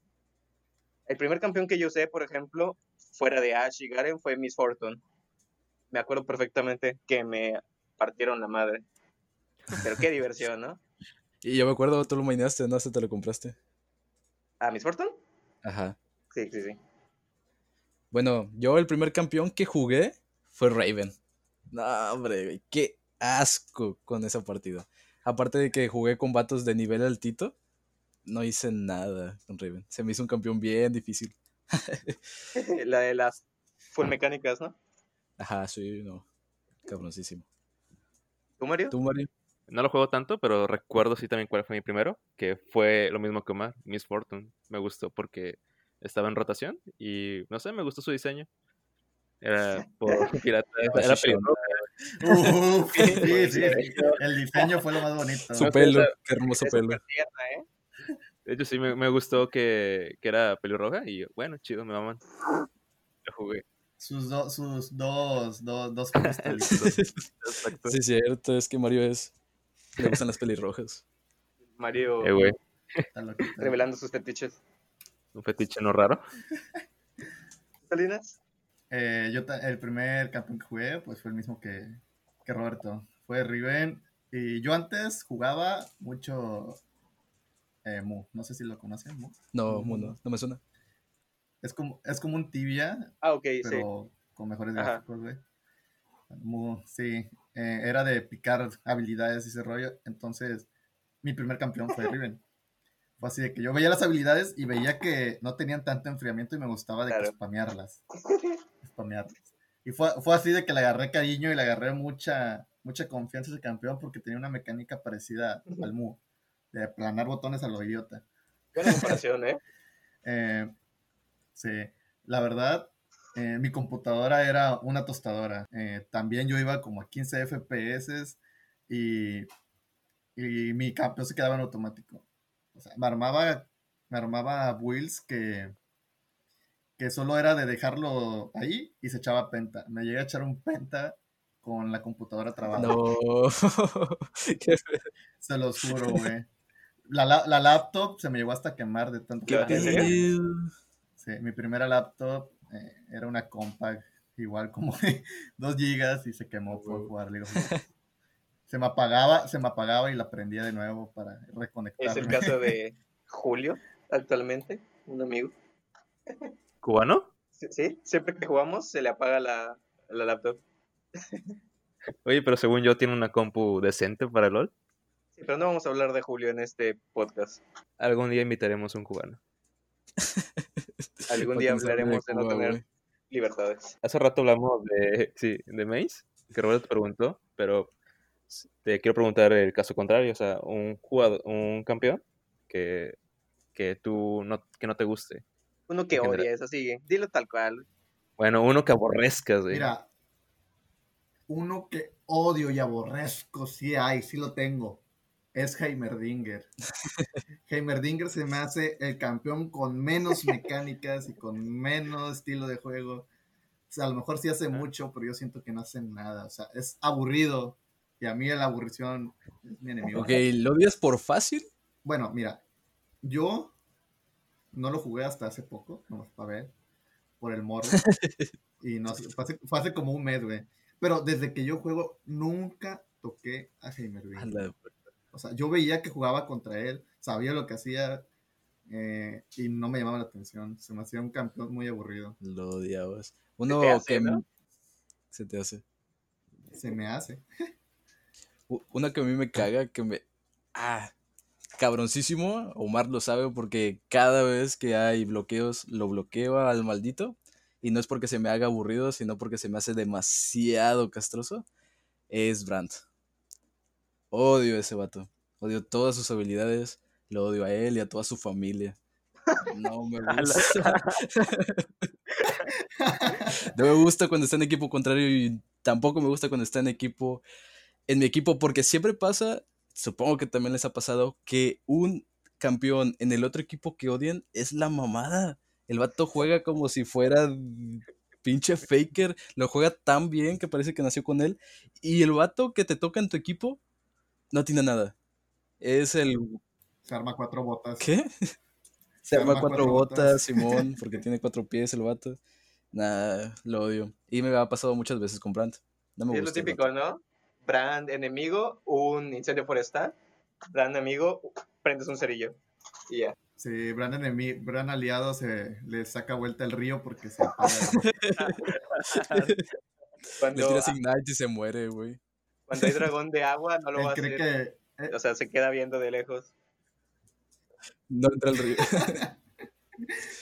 El primer campeón que yo usé, por ejemplo, fuera de Ash y Garen, fue Miss Fortune. Me acuerdo perfectamente que me partieron la madre. Pero qué diversión, ¿no? Y yo me acuerdo, tú lo maineaste, ¿no? Hasta te lo compraste. ¿A Miss Fortune? Ajá. Sí, sí, sí. Bueno, yo el primer campeón que jugué fue Raven. No, hombre, güey, qué asco con esa partida. Aparte de que jugué con vatos de nivel altito, no hice nada con Raven. Se me hizo un campeón bien difícil. La de las full mecánicas, ¿no? Ajá, sí, no. Cabroncísimo. ¿Tú, Mario? ¿Tú, Mario? No lo juego tanto, pero recuerdo sí también cuál fue mi primero, que fue lo mismo que Omar, Miss Fortune. Me gustó porque estaba en rotación y no sé, me gustó su diseño. Era por pirata, era Fashion. pelirroja. Uf, sí, Pues, sí, de sí. hecho, El diseño fue lo más bonito. Su No sé, pelo, o sea, qué hermoso es pelo. súper tierna, ¿eh? de hecho sí me gustó que era pelirroja y bueno, chido, me maman. Lo jugué. Sus dos pistolitas. Exacto. Sí, es cierto, es que Mario le gustan las pelirrojas. Mario Güey, Está loquito. revelando sus fetiches. un fetiche no raro. ¿Salinas? El primer campeón que jugué pues fue el mismo que Roberto. Fue Riven. Y yo antes jugaba mucho Mu. No sé si lo conocen, Mu. No, Mu. no me suena. Es como un Tibia, Ah, ok, sí. pero con mejores Ajá. gráficos, güey. Mu, sí. Era de picar habilidades y ese rollo. Entonces, mi primer campeón fue Riven. Fue así de que yo veía las habilidades y veía que no tenían tanto enfriamiento y me gustaba de que Claro. spamearlas. Y fue así de que le agarré cariño y le agarré mucha confianza a ese campeón porque tenía una mecánica parecida al Mu, de aplanar botones a lo idiota. Buena comparación, ¿eh? Sí, la verdad, mi computadora era una tostadora. También yo iba como a 15 FPS y, y mi campeón se quedaba en automático. O sea, me armaba builds que solo era de dejarlo ahí y se echaba penta. Me llegué a echar un penta con la computadora trabada. No. Qué, Se los juro, güey. La laptop se me llegó hasta quemar de tanto qué ¿En que serio? pedo. Sí, mi primera laptop era una compact, igual como de 2 gigas y se quemó por jugar League of Legends. Se me apagaba y la prendía de nuevo para Es el reconectarme. caso de Julio, actualmente, un amigo. ¿Cubano? Sí, siempre que jugamos se le apaga la laptop. Oye, pero según yo tiene una compu decente para LOL. Sí, pero no vamos a hablar de Julio en este podcast. Algún día invitaremos a un cubano. Algún Pa' día que nos hable de hablaremos de no Cuba, tener güey. libertades. Hace rato hablamos de Maze, que Roberto preguntó, pero te quiero preguntar el caso contrario, o sea, un campeón que, que no te guste Uno en que general. odia, es así, dilo tal cual. Bueno, uno que aborrezcas, güey. Mira, uno que odio y aborrezco, sí lo tengo. Es Heimerdinger. Heimerdinger se me hace el campeón con menos mecánicas y con menos estilo de juego. O sea, a lo mejor sí hace mucho, pero yo siento que no hacen nada. O sea, es aburrido. Y a mí la aburrición es mi enemigo. Ok, ¿lo odias por fácil? Bueno, mira, yo no lo jugué hasta hace poco, nomás para ver, por el morbo. Y no sé, fue hace como un mes, güey. Pero desde que yo juego, nunca toqué a Heimerdinger. Anda, O sea, yo veía que jugaba contra él, sabía lo que hacía y no me llamaba la atención. Se me hacía un campeón muy aburrido. lo odiabas. Se te Uno hace, que ¿no? se te hace. Se me hace. Uno que a mí me caga, que me... Ah, cabroncísimo. Omar lo sabe porque cada vez que hay bloqueos, lo bloqueo al maldito. Y no es porque se me haga aburrido, sino porque se me hace demasiado castroso. Es Brandt. Odio a ese vato. Odio todas sus habilidades. Lo odio a él y a toda su familia. No me gusta. No me gusta cuando está en equipo contrario y tampoco me gusta cuando está en mi equipo, porque siempre pasa, supongo que también les ha pasado, que un campeón en el otro equipo que odian es la mamada. El vato juega como si fuera pinche faker, lo juega tan bien que parece que nació con él. Y el vato que te toca en tu equipo no tiene nada. Es el... Se arma 4 botas. ¿Qué? Se Se arma arma 4 4 botas, botas. Simón, porque tiene 4 pies el vato. Nah, lo odio. Y me ha pasado muchas veces con Brandt. No me Sí, es lo gusta el típico, vato. ¿no? Brand enemigo, un incendio forestal. Brand amigo, prendes un cerillo. Y ya. Sí, Bran aliado le saca vuelta el río porque se apaga. Le Cuando, tiras Ignite y se muere, güey. cuando hay dragón de agua, no lo va a Él cree hacer. que... O sea, se queda viendo de lejos. No entra al río.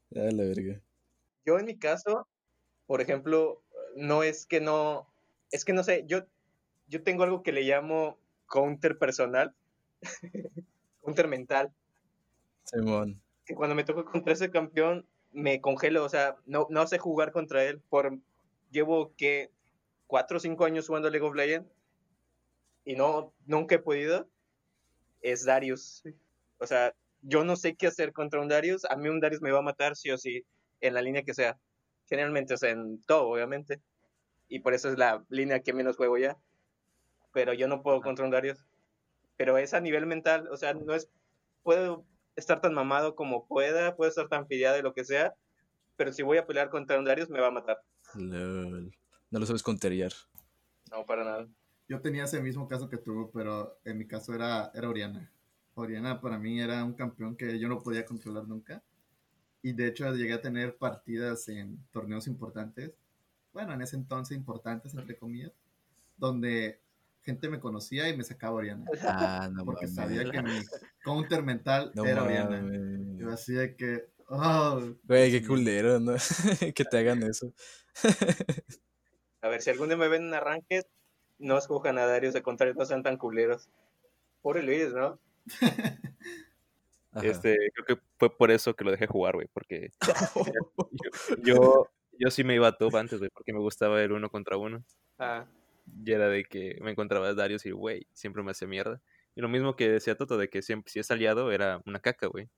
A la verga. Yo en mi caso, por ejemplo, no es que no, es que no sé, yo tengo algo que le llamo counter personal, counter mental, Simón. que cuando me toca contra ese campeón me congelo, o sea, no sé jugar contra él. Llevo que 4 o 5 años jugando League of Legends y nunca he podido. Es Darius. O sea, yo no sé qué hacer contra un Darius. A mí un Darius me va a matar sí o sí, en la línea que sea. Generalmente, o sea, en todo, obviamente. Y por eso es la línea que menos juego ya. Pero yo no puedo contra un Darius. Pero es a nivel mental, o sea, no es, puedo estar tan mamado como puedo estar tan fideado de lo que sea, pero si voy a pelear contra un Darius me va a matar. Lol. No lo sabes conteriar. No, para nada. Yo tenía ese mismo caso que tú, pero en mi caso era Oriana. Oriana para mí era un campeón que yo no podía controlar nunca. Y de hecho llegué a tener partidas en torneos importantes, bueno, en ese entonces importantes, entre comillas, donde gente me conocía y me sacaba Oriana, Ah, no porque mames. sabía que mi counter mental No era Oriana. Yo mames. así de que, oh, Güey, Dios qué mío. culero, ¿no? Que te hagan eso. A ver, si algún día me ven en arranque, no escojan a Darius, al contrario, no sean tan culeros. Pobre Luis, ¿no? Ajá. Creo que fue por eso que lo dejé jugar, güey, porque yo sí me iba a top antes, güey, porque me gustaba el 1 contra 1. Ah, Y era de que me encontraba a Darius y, güey, siempre me hacía mierda. Y lo mismo que decía Toto, de que siempre, si es aliado, era una caca, güey.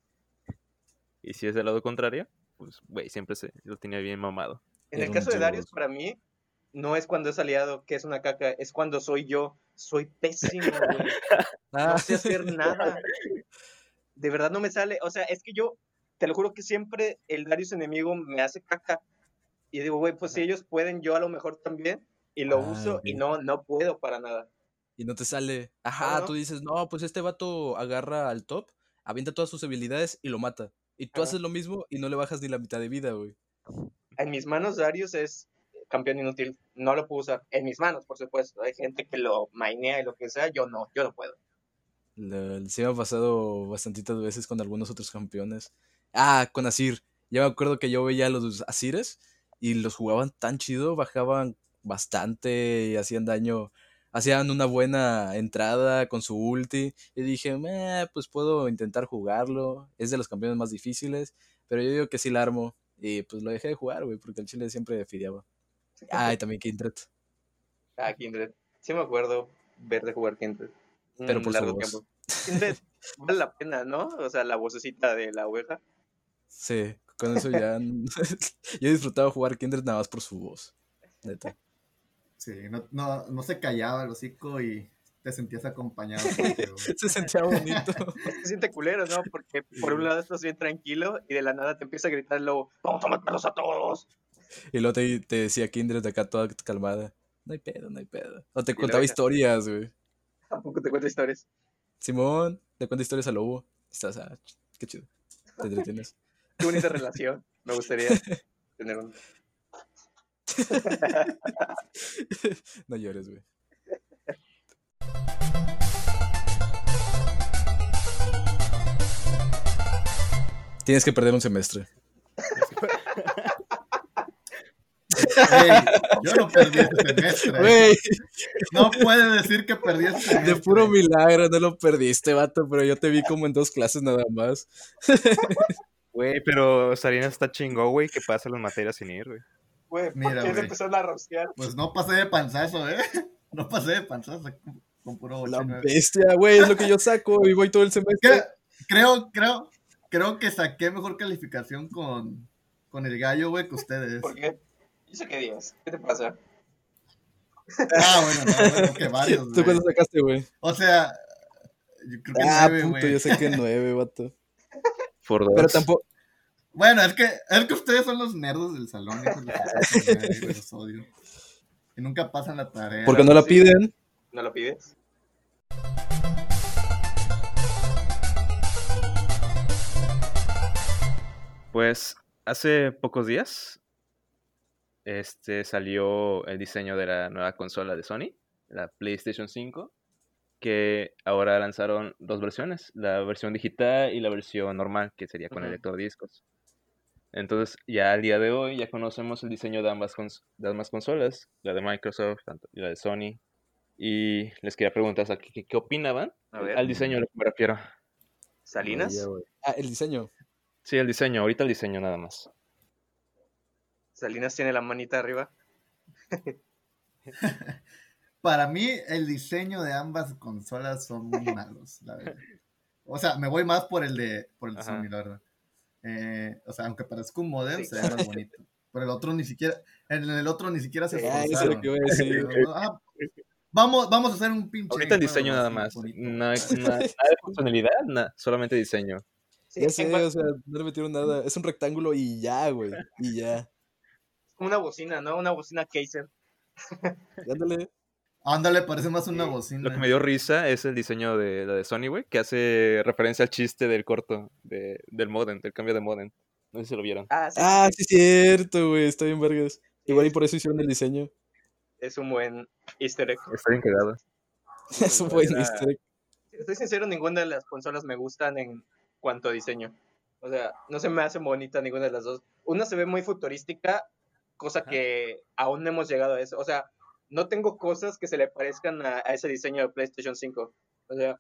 Y si es del lado contrario, pues, güey, siempre lo tenía bien mamado. en el Era un caso de Darius, dios. para mí, no es cuando es aliado que es una caca, es cuando soy yo. Soy pésimo, güey. No Ah, sé hacer nada. De verdad no me sale. O sea, es que yo, te lo juro que siempre el Darius enemigo me hace caca. Y digo, güey, pues si ellos pueden, yo a lo mejor también. Y lo ah, uso ok. y no puedo para nada. Y no te sale. No, no, Ajá, tú no. dices, no, pues este vato agarra al top, avienta todas sus habilidades y lo mata. Y tú Ajá. haces lo mismo y no le bajas ni la mitad de vida, güey. En mis manos, Darius es campeón inútil. No lo puedo usar. En mis manos, por supuesto. Hay gente que lo mainea y lo que sea. Yo no puedo. Sí me ha pasado bastantitas veces con algunos otros campeones. Ah, con Asir. Ya me acuerdo que yo veía a los Asires y los jugaban tan chido, bajaban bastante y hacían daño. Hacían una buena entrada con su ulti. Y dije, pues puedo intentar jugarlo. Es de los campeones más difíciles. Pero yo digo que sí la armo. Y pues lo dejé de jugar, güey, porque el chile siempre fideaba. Ah, y también Kindred. Ah, Kindred. Sí me acuerdo ver de jugar Kindred. Pero Un por su largo voz. tiempo. Kindred vale la pena, ¿no? O sea, la vocecita de la oveja. Sí, con eso ya. Yo disfrutaba jugar Kindred nada más por su voz. Neta. Sí, no se callaba el hocico y te sentías acompañado todo el juego. Se sentía bonito. Es que siente culero, ¿no? Porque por un lado estás bien tranquilo y de la nada te empieza a gritar luego, ¡vamos a matarlos a todos! Y luego te decía Kindred acá toda calmada. No hay pedo, no hay pedo. O te Y la contaba oveja, historias, güey. tampoco te cuento historias. Simón, te cuenta historias a lobo. Estás, qué chido. Te entretienes. Qué bonita relación. Me gustaría tener un... No llores, güey. Tienes que perder un semestre. Ey, yo no perdí ese semestre. Güey, No puede decir que perdí ese de semestre. puro milagro no lo perdiste, vato, pero yo te vi como en 2 clases nada más. Güey, pero Sarina está chingón, güey, que pasa las materias sin ir, güey. Güey, ¿por Mira, qué se güey. empezaron a rosquear? Pues no pasé de panzazo, ¿eh? No pasé de panzazo con puro 8 La y 9. bestia, güey, es lo que yo saco y voy todo el semestre. Creo que saqué mejor calificación con el gallo, güey, que ustedes. ¿Por qué? ¿Y eso qué días? ¿Qué te pasa? Ah, bueno, no, bueno, que varios, ¿Tú güey. cuánto sacaste, güey? O sea, yo creo que Ah, 9, puto, güey. yo saqué 9, vato. Por Pero dos. tampoco. Bueno, es que ustedes son los nerdos del salón, hijos de su puta madre, güey, los odio. Y nunca pasan la tarea. Porque Claro no que la sí. piden. ¿No lo pides? Pues hace pocos días salió el diseño de la nueva consola de Sony, la PlayStation 5, que ahora lanzaron 2 versiones, la versión digital y la versión normal, que sería con el Ujú. lector de discos. Entonces, ya al día de hoy, ya conocemos el diseño de ambas consolas, la de Microsoft y la de Sony. Y les quería preguntar, o sea, ¿qué opinaban? A ver, Al diseño a lo que me refiero. Vaya, Salinas. güey. Ah, el diseño. Sí, el diseño, ahorita el diseño nada más. Salinas tiene la manita arriba. Para mí, el diseño de ambas consolas son muy malos, la verdad. O sea, me voy más por el de Ajá. Sony, la verdad. O sea, aunque parezca un modem, Sí. se ve más bonito. Pero el otro ni siquiera, en el otro ni siquiera se Sí, Ah, eso es lo esforzaron. que iba a decir. Vamos a hacer un pinche Ahorita el juego diseño nada así más. bonito. Nada de funcionalidad, solamente diseño. Sí, Ya en sé, o sea, no le metieron nada. Es un rectángulo y ya, güey. Y ya. Es como una bocina, ¿no? Una bocina Kaiser. Ándale. Ándale, parece más una Sí. bocina. Lo que me dio risa es el diseño de la de Sony, güey, que hace referencia al chiste del corto del modem, del cambio de modem. No sé si lo vieron. Ah, sí, Ah, sí, sí, cierto, güey. Está bien, vergas. sí. Igual y por eso hicieron el diseño. Es un buen easter egg. Está bien cagado. Es un Igual buen era- easter egg. Si estoy sincero, ninguna de las consolas me gustan en cuanto a diseño. O sea, no se me hace bonita ninguna de las dos. Una se ve muy futurística, cosa Ajá. que aún no hemos llegado a eso. O sea, no tengo cosas que se le parezcan a ese diseño de PlayStation 5. O sea,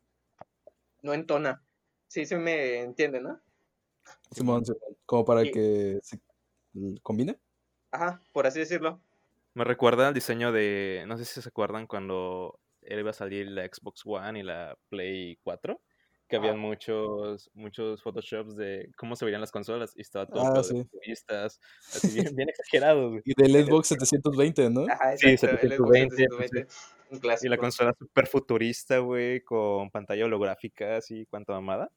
no entona. Sí, se me entiende, ¿no? Simón, como para Y, que se combine. ajá, por así decirlo. Me recuerda al diseño de, no sé si se acuerdan cuando iba a salir la Xbox One y la Play 4, que habían Ajá. muchos photoshops de cómo se verían las consolas y estaba todo Ah, pero de sí. futuristas, así bien exagerados, güey. Y del El- Xbox 720, ¿no? Ajá, Sí, exacto. El Xbox 720, pues, 720. Un y la clásico. consola súper futurista, güey, con pantalla holográfica, así, cuánta mamada.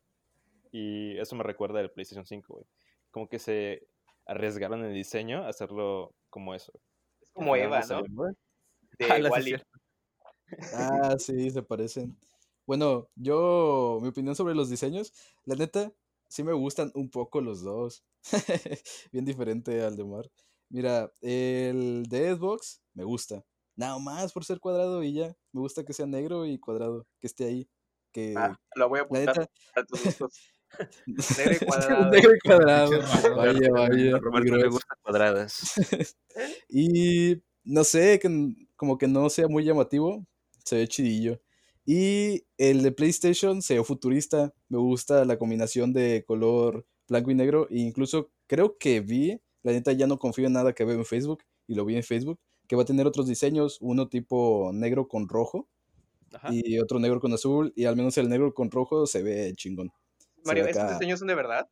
Y eso me recuerda del PlayStation 5, güey. Como que se arriesgaron en el diseño a hacerlo como eso. Es Y al como final Eva, les salió ¿no? mal. De Ala, sí es Wally. cierto. Ah, sí, se parecen. Bueno, mi opinión sobre los diseños, la neta, sí me gustan un poco los dos. Bien diferente al de Mar. Mira, el de Xbox me gusta. Nada más por ser cuadrado y ya. Me gusta que sea negro y cuadrado, que esté ahí. Que, Lo voy a la apuntar neta, para tus gustos. Negro y cuadrado. negro y Pinche cuadrado. raro. Vaya, A vaya, muy Roberto le grueso. gustan cuadradas. Y no sé, como que no sea muy llamativo, se ve chidillo. Y el de PlayStation se ve futurista, me gusta la combinación de color blanco y negro, e incluso creo que vi, la neta ya no confío en nada que veo en Facebook, y lo vi en Facebook, que va a tener otros diseños, uno tipo negro con rojo Ajá. y otro negro con azul, y al menos el negro con rojo se ve chingón. Se ve Mario, ¿esos acá. diseños son de verdad?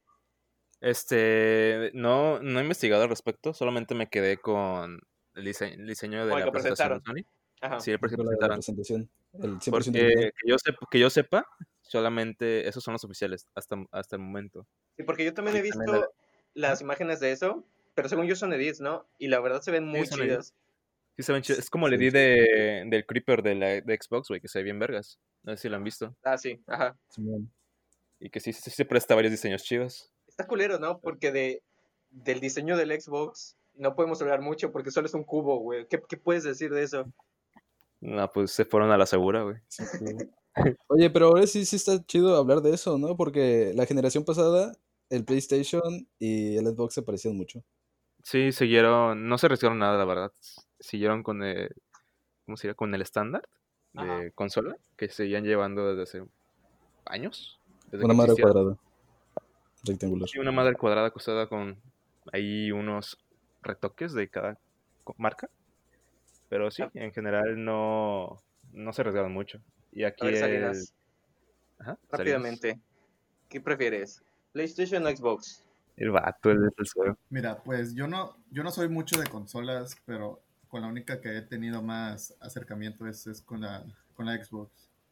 No he investigado al respecto, solamente me quedé con el diseño de Como el la que presentación de presentaron. Sony. Ajá. Sí, el que Por la presentaron. presentación, el 100% Porque original. que yo sepa, solamente esos son los oficiales hasta el momento. Sí, porque yo también he Y también visto las imágenes de eso, pero según yo son edits, ¿no? Y la verdad se ven sí, muy son edits. chidas. Sí se ven chidos. Es como el Se ve edit chido. del Creeper de Xbox, güey, que se ve bien vergas. No sé si lo han visto. Ah, sí, ajá. Simón. Y que sí se presta a varios diseños chidos. Está culero, ¿no? Porque del diseño del Xbox no podemos hablar mucho porque solo es un cubo, güey. ¿Qué puedes decir de eso? No, pues se fueron a la segura, güey. Sí, sí. Oye, pero ahora sí está chido hablar de eso, ¿no? Porque la generación pasada, el PlayStation y el Xbox se parecían mucho. Sí, no se arriesgaron nada, la verdad. Siguieron con ¿cómo se llama? Con el estándar Ajá. de consola que seguían llevando desde hace años, desde que Una madre existía. cuadrada, rectangular. Y una madre cuadrada costada con ahí unos retoques de cada marca. Pero sí, en general no se arriesgaron mucho. Y A aquí ver, Salinas, Ajá, Salinas. rápidamente. ¿Qué prefieres? ¿PlayStation o Xbox? El vato, el cero. Mira, pues yo no soy mucho de consolas, pero con la única que he tenido más acercamiento es con la Xbox.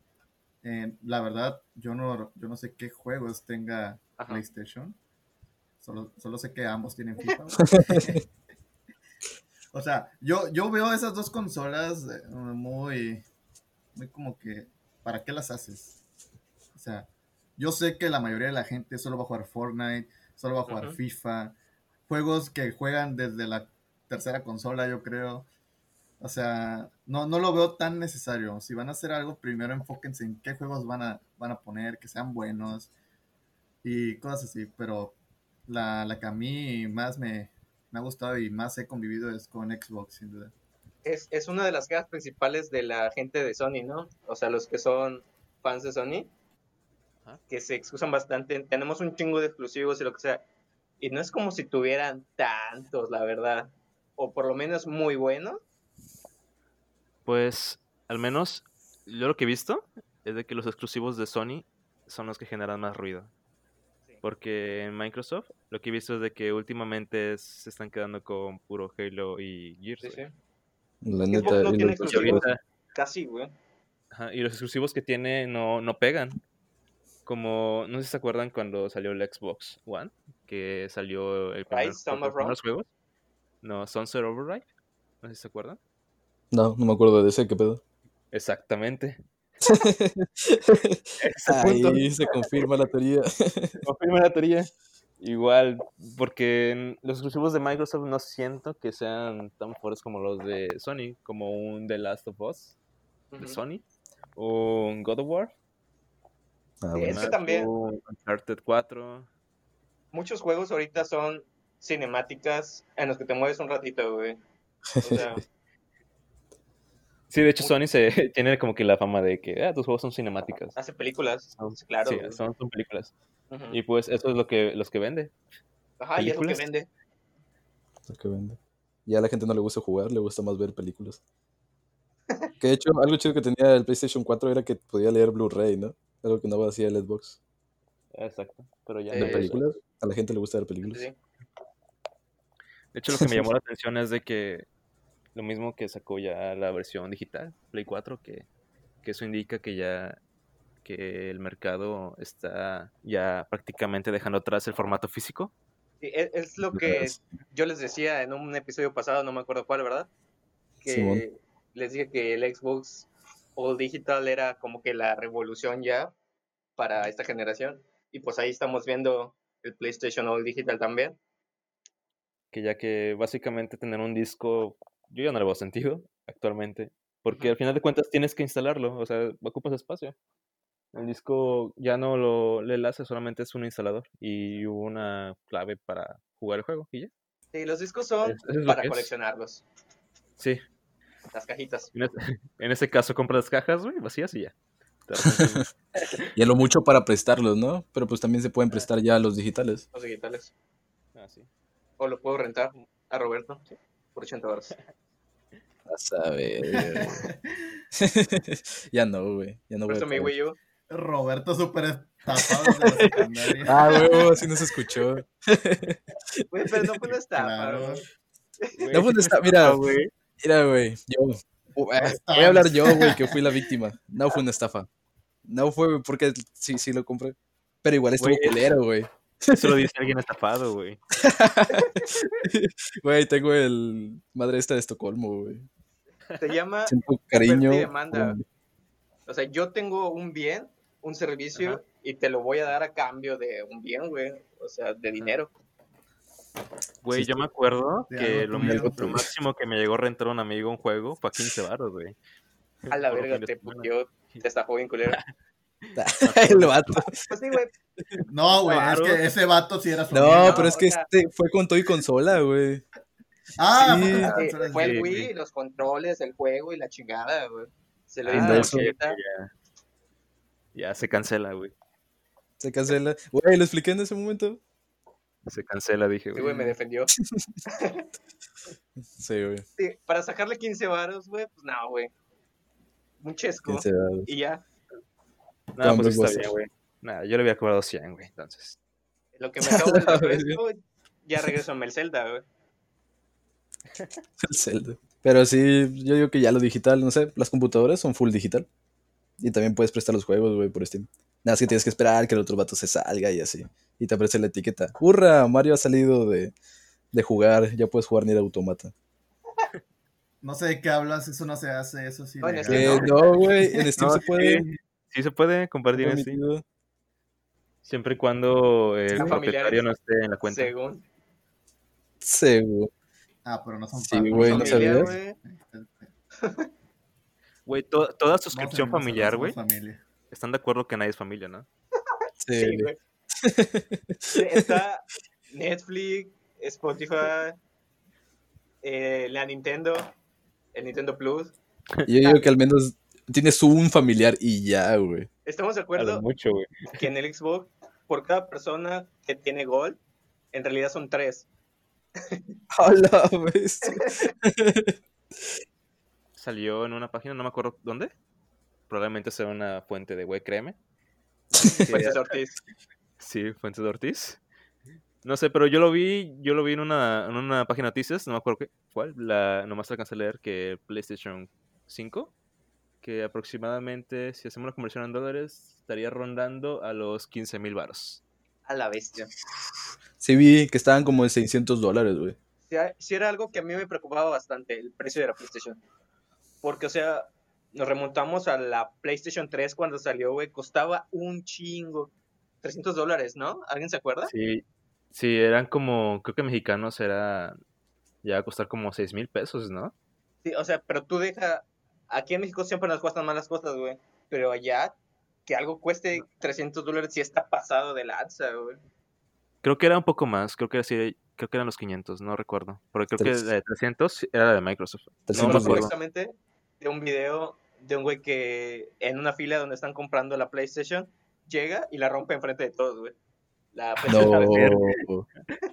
La verdad, yo no sé qué juegos tenga Ajá. PlayStation. Solo sé que ambos tienen FIFA, güey. O sea, yo veo esas dos consolas muy, muy como que, ¿para qué las haces? O sea, yo sé que la mayoría de la gente solo va a jugar Fortnite, solo va a jugar Ujú. FIFA, juegos que juegan desde la tercera consola, yo creo. O sea, no lo veo tan necesario. Si van a hacer algo, primero enfóquense en qué juegos van a poner, que sean buenos y cosas así. Pero La que a mí más me ha gustado y más he convivido es con Xbox, sin duda. Es una de las quejas principales de la gente de Sony, ¿no? O sea, los que son fans de Sony, Ajá. que se excusan bastante. Tenemos un chingo de exclusivos y lo que sea. Y no es como si tuvieran tantos, la verdad. O por lo menos muy buenos. Pues, al menos, yo lo que he visto es de que los exclusivos de Sony son los que generan más ruido. Sí. Porque en Microsoft lo que he visto es de que últimamente se están quedando con puro Halo y Gears, Sí, güey. sí. La Xbox neta, no y tiene los Y exclusivos ahorita, casi, güey. ajá, y los exclusivos que tiene no pegan. Como, no sé si se acuerdan cuando salió el Xbox One, que salió Rise, los Summer Run. primeros juegos. No, Sunset Overdrive, no sé si se acuerdan. No me acuerdo de ese, ¿qué pedo? Exactamente. Ese punto. Ahí se confirma la teoría. Confirma la teoría. Igual, porque los exclusivos de Microsoft no siento que sean tan fuertes como los de Sony, como un The Last of Us de Ujú. Sony, o un God of War, Ah, Sí, bueno. es que también o Uncharted 4. muchos juegos ahorita son cinemáticas en los que te mueves un ratito, güey. O sea, Sí, de hecho Sony tiene como que la fama de que tus juegos son cinemáticas. hace películas, Son- claro, sí, güey. son películas. Ujú. Y pues eso es los que vende. Ajá, y es lo que Películas. vende. Lo que vende. Y a la gente no le gusta jugar, le gusta más ver películas. Que de hecho, algo chido que tenía el PlayStation 4 era que podía leer Blu-ray, ¿no? Algo que no hacía el Xbox. Exacto, pero ya Sí, no Ver hay eso. películas, a la gente le gusta ver sí, películas. sí. De hecho, lo que me llamó la atención es de que lo mismo que sacó ya la versión digital, Play 4, que eso indica que ya que el mercado está ya prácticamente dejando atrás el formato físico. Sí, es lo que yo les decía en un episodio pasado, no me acuerdo cuál, ¿verdad? Simón. Que les dije que el Xbox All Digital era como que la revolución ya para esta generación. Y pues ahí estamos viendo el PlayStation All Digital también. Que ya que básicamente tener un disco, yo ya no le veo sentido actualmente, porque al final de cuentas tienes que instalarlo, o sea, ocupas espacio. El disco ya no le enlace, solamente es un instalador y una clave para jugar el juego y ya. Sí, los discos son Eso es lo para que es. coleccionarlos, Sí, las cajitas. en ese caso compras las cajas, güey, vacías y ya. Te arrepientes. Y a lo mucho para prestarlos, ¿no? Pero pues también se pueden prestar ya los digitales. Los digitales. Sí. O lo puedo rentar a Roberto por $80. A saber, güey. Ya no, güey. Ya no voy a Presto mi caer. Wii U. Roberto súper estafado desde la secundaria. Ah, güey, así no se escuchó. Güey, pero no fue una estafa, Claro. güey. No fue una estafa, mira, güey. Voy a hablar yo, güey, que fui la víctima. No fue una estafa. No fue porque sí lo compré. Pero igual estuvo Güey, culero, güey. Eso lo dice alguien estafado, güey. Güey, tengo el madre esta de Estocolmo, güey. Se llama Siento oferta cariño. y demanda. O sea, yo tengo un bien, un servicio, Ajá. y te lo voy a dar a cambio de un bien, güey. O sea, de dinero. Güey, Sí, yo me acuerdo De que algo tuyo. lo máximo que me llegó a rentar un amigo un juego fue a 15 baros, güey. A la Por un verga, fin de te semana. puteó, te estafó bien culero. El vato. Pues sí, güey. No, güey, es Claro. que ese vato sí era su No, amigo. pero es o que sea- este fue con todo y consola, güey. Ah, Sí. fue con Sí, consolas, fue el sí, Wii, sí. los controles, el juego y la chingada, güey. Se lo Ah, diste de a eso. ok, Ochita. ya se cancela, güey. Se cancela. Güey, lo expliqué en ese momento. Se cancela, dije, Sí, güey. güey, me defendió. Sí, güey. Sí, para sacarle 15 varos, güey, pues no, güey. Un chesco. 15 dados. Y ya, No, Con pues sí está Blockbuster. bien, güey. Nada, yo le había cobrado 100, güey, entonces. lo que me acabo el La refresco, ya regreso a Melcelda, güey. El Zelda. Pero sí, yo digo que ya lo digital, no sé, las computadoras son full digital. Y también puedes prestar los juegos, güey, por Steam. Nada más que tienes que esperar que el otro vato se salga y así. Y te aparece la etiqueta. ¡Hurra! Mario ha salido de jugar. Ya puedes jugar Nier Automata. No sé de qué hablas, eso no se hace, eso sí. No, en ilegal. Steam, ¿no? No, güey, en Steam No, se puede. sí se puede compartir en Steam. Permitido. Siempre y cuando el Sean propietario familiares, no esté en la cuenta. según. Seguro. Ah, pero no son Sí, familia. güey, ¿no Familiar, sabías? güey. Güey, toda Vamos suscripción a unirnos a familiar, Somos güey, Familia. están de acuerdo que nadie es familia, ¿no? Sí, Sí, güey. güey. Está Netflix, Spotify, la Nintendo, el Nintendo Plus. Yo digo que al menos tienes un familiar y ya, güey. Estamos de A lo acuerdo mucho, güey. que en el Xbox, por cada persona que tiene Gold, en realidad son 3. A la vez. Salió en una página, no me acuerdo dónde. Probablemente sea una fuente de güey, créeme. Fuentes Ortiz. Sí, Fuentes de Ortiz. No sé, pero yo lo vi en una página de noticias, no me acuerdo cuál, nomás alcancé a leer que PlayStation 5, que aproximadamente, si hacemos la conversión en dólares, estaría rondando a los 15,000 varos. A la bestia. Sí vi que estaban como en $600, güey. Sí era algo que a mí me preocupaba bastante, el precio de la PlayStation. Porque, o sea, nos remontamos a la PlayStation 3 cuando salió, güey, costaba un chingo. $300, ¿no? ¿Alguien se acuerda? Sí, eran como, creo que mexicanos ya a costar como 6,000 pesos, ¿no? Sí, o sea, pero tú aquí en México siempre nos cuestan más las cosas, güey. Pero allá, que algo cueste $300 sí está pasado de lanza, güey. Creo que era un poco más, creo que eran los 500, no recuerdo. Porque creo que la de 300 era la de Microsoft. No me 300 acuerdo. Exactamente de un video de un güey que en una fila donde están comprando la PlayStation, llega y la rompe enfrente de todos, güey. La PlayStation. No.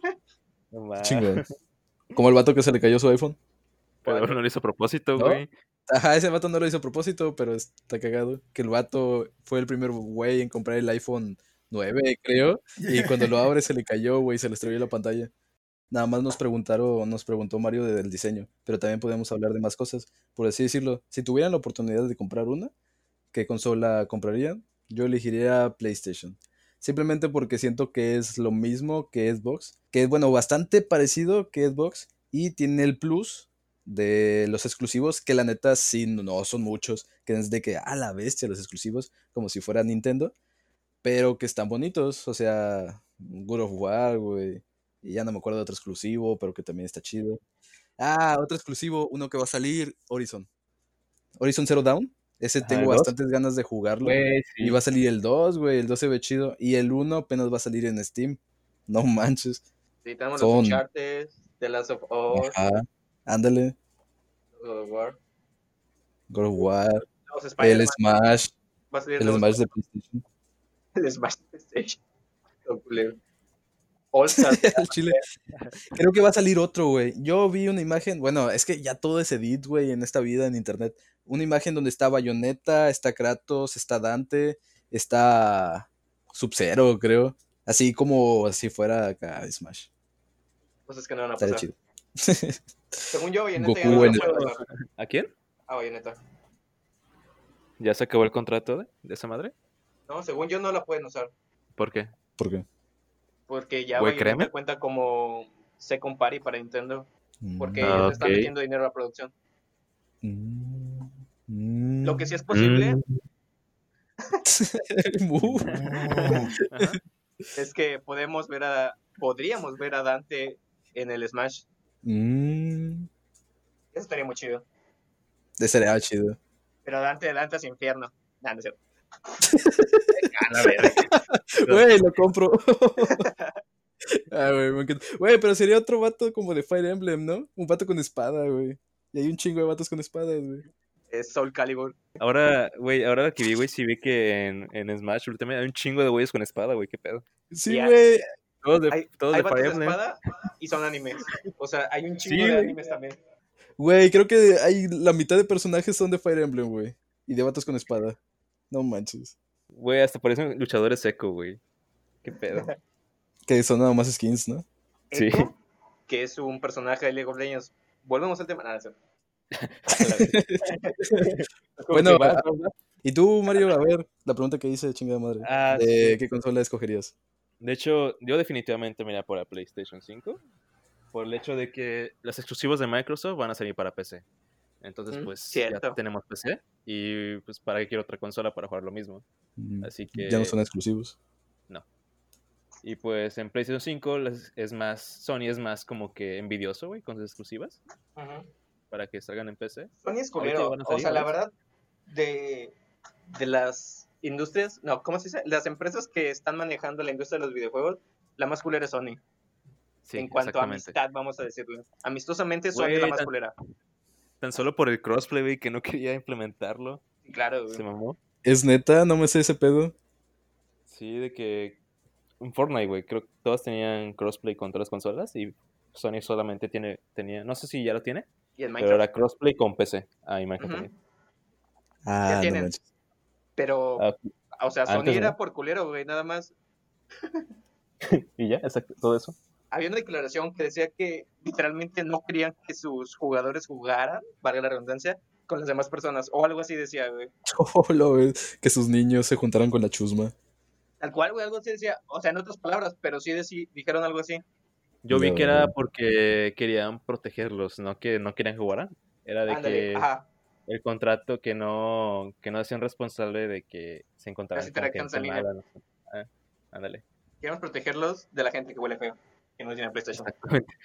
No más. Chingón. Como el vato que se le cayó su iPhone. Pero no lo hizo a propósito, ¿No? güey. Ajá, ese vato no lo hizo a propósito, pero está cagado. Que el vato fue el primer güey en comprar el iPhone 9, creo. Y cuando lo abre se le cayó, güey, se le estrelló la pantalla. Nada más nos preguntó Mario del diseño, pero también podemos hablar de más cosas. Por así decirlo, si tuvieran la oportunidad de comprar una, ¿qué consola comprarían? Yo elegiría PlayStation. Simplemente porque siento que es lo mismo que Xbox, que es, bueno, bastante parecido que Xbox y tiene el plus de los exclusivos, que la neta sí no son muchos, que es de que a la bestia los exclusivos, como si fuera Nintendo, pero que están bonitos, o sea, God of War, güey, y ya no me acuerdo de otro exclusivo, pero que también está chido. Ah, otro exclusivo, uno que va a salir, Horizon Zero Dawn. Ese Ajá, tengo el 2. bastantes ganas de jugarlo. Güey, Y sí. va a salir el 2, güey. El 2 se ve chido. Y el 1 apenas va a salir en Steam. No manches. Sí, tenemos los Son. Uncharted, The Last of Us, Ajá. Ándale. God of War, God of War. los El Spider-Man. Smash. Va a salir El nuevos Smash de PlayStation. el Smash de PlayStation. Todo culero. All Star. El chile. Creo que va a salir otro, güey. Yo vi una imagen. Bueno, es que ya todo es edit, güey, en esta vida en internet. Una imagen donde está Bayonetta, está Kratos, está Dante, está Sub-Zero, creo. Así como si fuera acá Smash. Cosas que no van a Estaría pasar. chido. Según yo, Bayonetta ya Goku no en la el- pueden usar. ¿A quién? Ah, Bayonetta. ¿Ya se acabó el contrato de esa madre? No, según yo no la pueden usar. ¿Por qué? ¿Por qué? Porque ya Güey, Bayonetta créeme. cuenta como Second Party para Nintendo. Porque Mm, ellos Ah, le están ok. metiendo dinero a la producción. mm, Lo que sí es posible Mu. Ajá. es que podríamos ver a Dante en el Smash. Mm. Eso estaría muy chido. Sería chido. Pero Dante hacia infierno. Nah, no es cierto. Güey, lo compro. Ah, güey, me encanta. Güey, pero sería otro vato como de Fire Emblem, ¿no? Un vato con espada, güey. Y hay un chingo de vatos con espadas, güey. Es Soul Calibur. Ahora, güey, ahora que vi, güey, sí vi que en Smash Ultimate hay un chingo de güeyes con espada, güey, qué pedo. Sí, Y güey. Todos de hay Fire vatos de Emblem. espada y son animes. O sea, hay un chingo Sí, de güey. animes también. Güey, creo que hay la mitad de personajes son de Fire Emblem, güey. Y de vatos con espada. No manches. Güey, hasta parecen luchadores seco, güey. Qué pedo. Que son nada más skins, ¿no? Sí. Echo, que es un personaje de League of Legends. Volvemos al tema. Nada, no es cierto. Bueno, ¿y tú, Mario? A ver, la pregunta que hice, chingada madre. Ah, ¿De sí. qué consola escogerías? De hecho, yo definitivamente me iría por la PlayStation 5. Por el hecho de que los exclusivos de Microsoft van a salir para PC. Entonces, pues cierto. ya tenemos PC. Y pues, ¿para qué quiero otra consola para jugar lo mismo? Así que. Ya no son exclusivos. No. Y pues en PlayStation 5 Sony es más como que envidioso, güey, con sus exclusivas. Ujú. Para que salgan en PC. Sony es Ahorita culero. ya van a O salir, sea, la ¿no? verdad, de las industrias, no, ¿cómo se dice? Las empresas que están manejando la industria de los videojuegos, la más culera es Sony. Sí, en cuanto a exactamente. amistad, vamos a decirlo. Amistosamente, Sony Güey, es la más culera. Tan solo por el crossplay, güey, que no quería implementarlo. Claro, Se güey. mamó. ¿Es neta? No me sé ese pedo. Sí, de que en Fortnite, güey, creo que todas tenían crossplay con todas las consolas y Sony solamente tenía, no sé si ya lo tiene, Y en pero Minecraft. era crossplay con PC. Ah, y Minecraft Ujú. también. Ya Ah, no tienen. manches. Pero, Ah, o sea, Sony antes, era ¿no? por culero, güey, nada más. Y ya, exacto, todo eso. Había una declaración que decía que literalmente no querían que sus jugadores jugaran, valga la redundancia, con las demás personas. O algo así decía, güey. Oh, lo ves, que sus niños se juntaran con la chusma. Tal cual, güey, algo así decía. O sea, en otras palabras, pero sí dijeron algo así. Yo vi No, que era porque querían protegerlos, no que no querían jugar. Era de Ándale, que ajá. el contrato que no hacían responsable de que se encontraran Las con interacciones gente en línea. mala. No sé. Ah, ándale. Queremos protegerlos de la gente que huele feo, que no tiene PlayStation. Exactamente.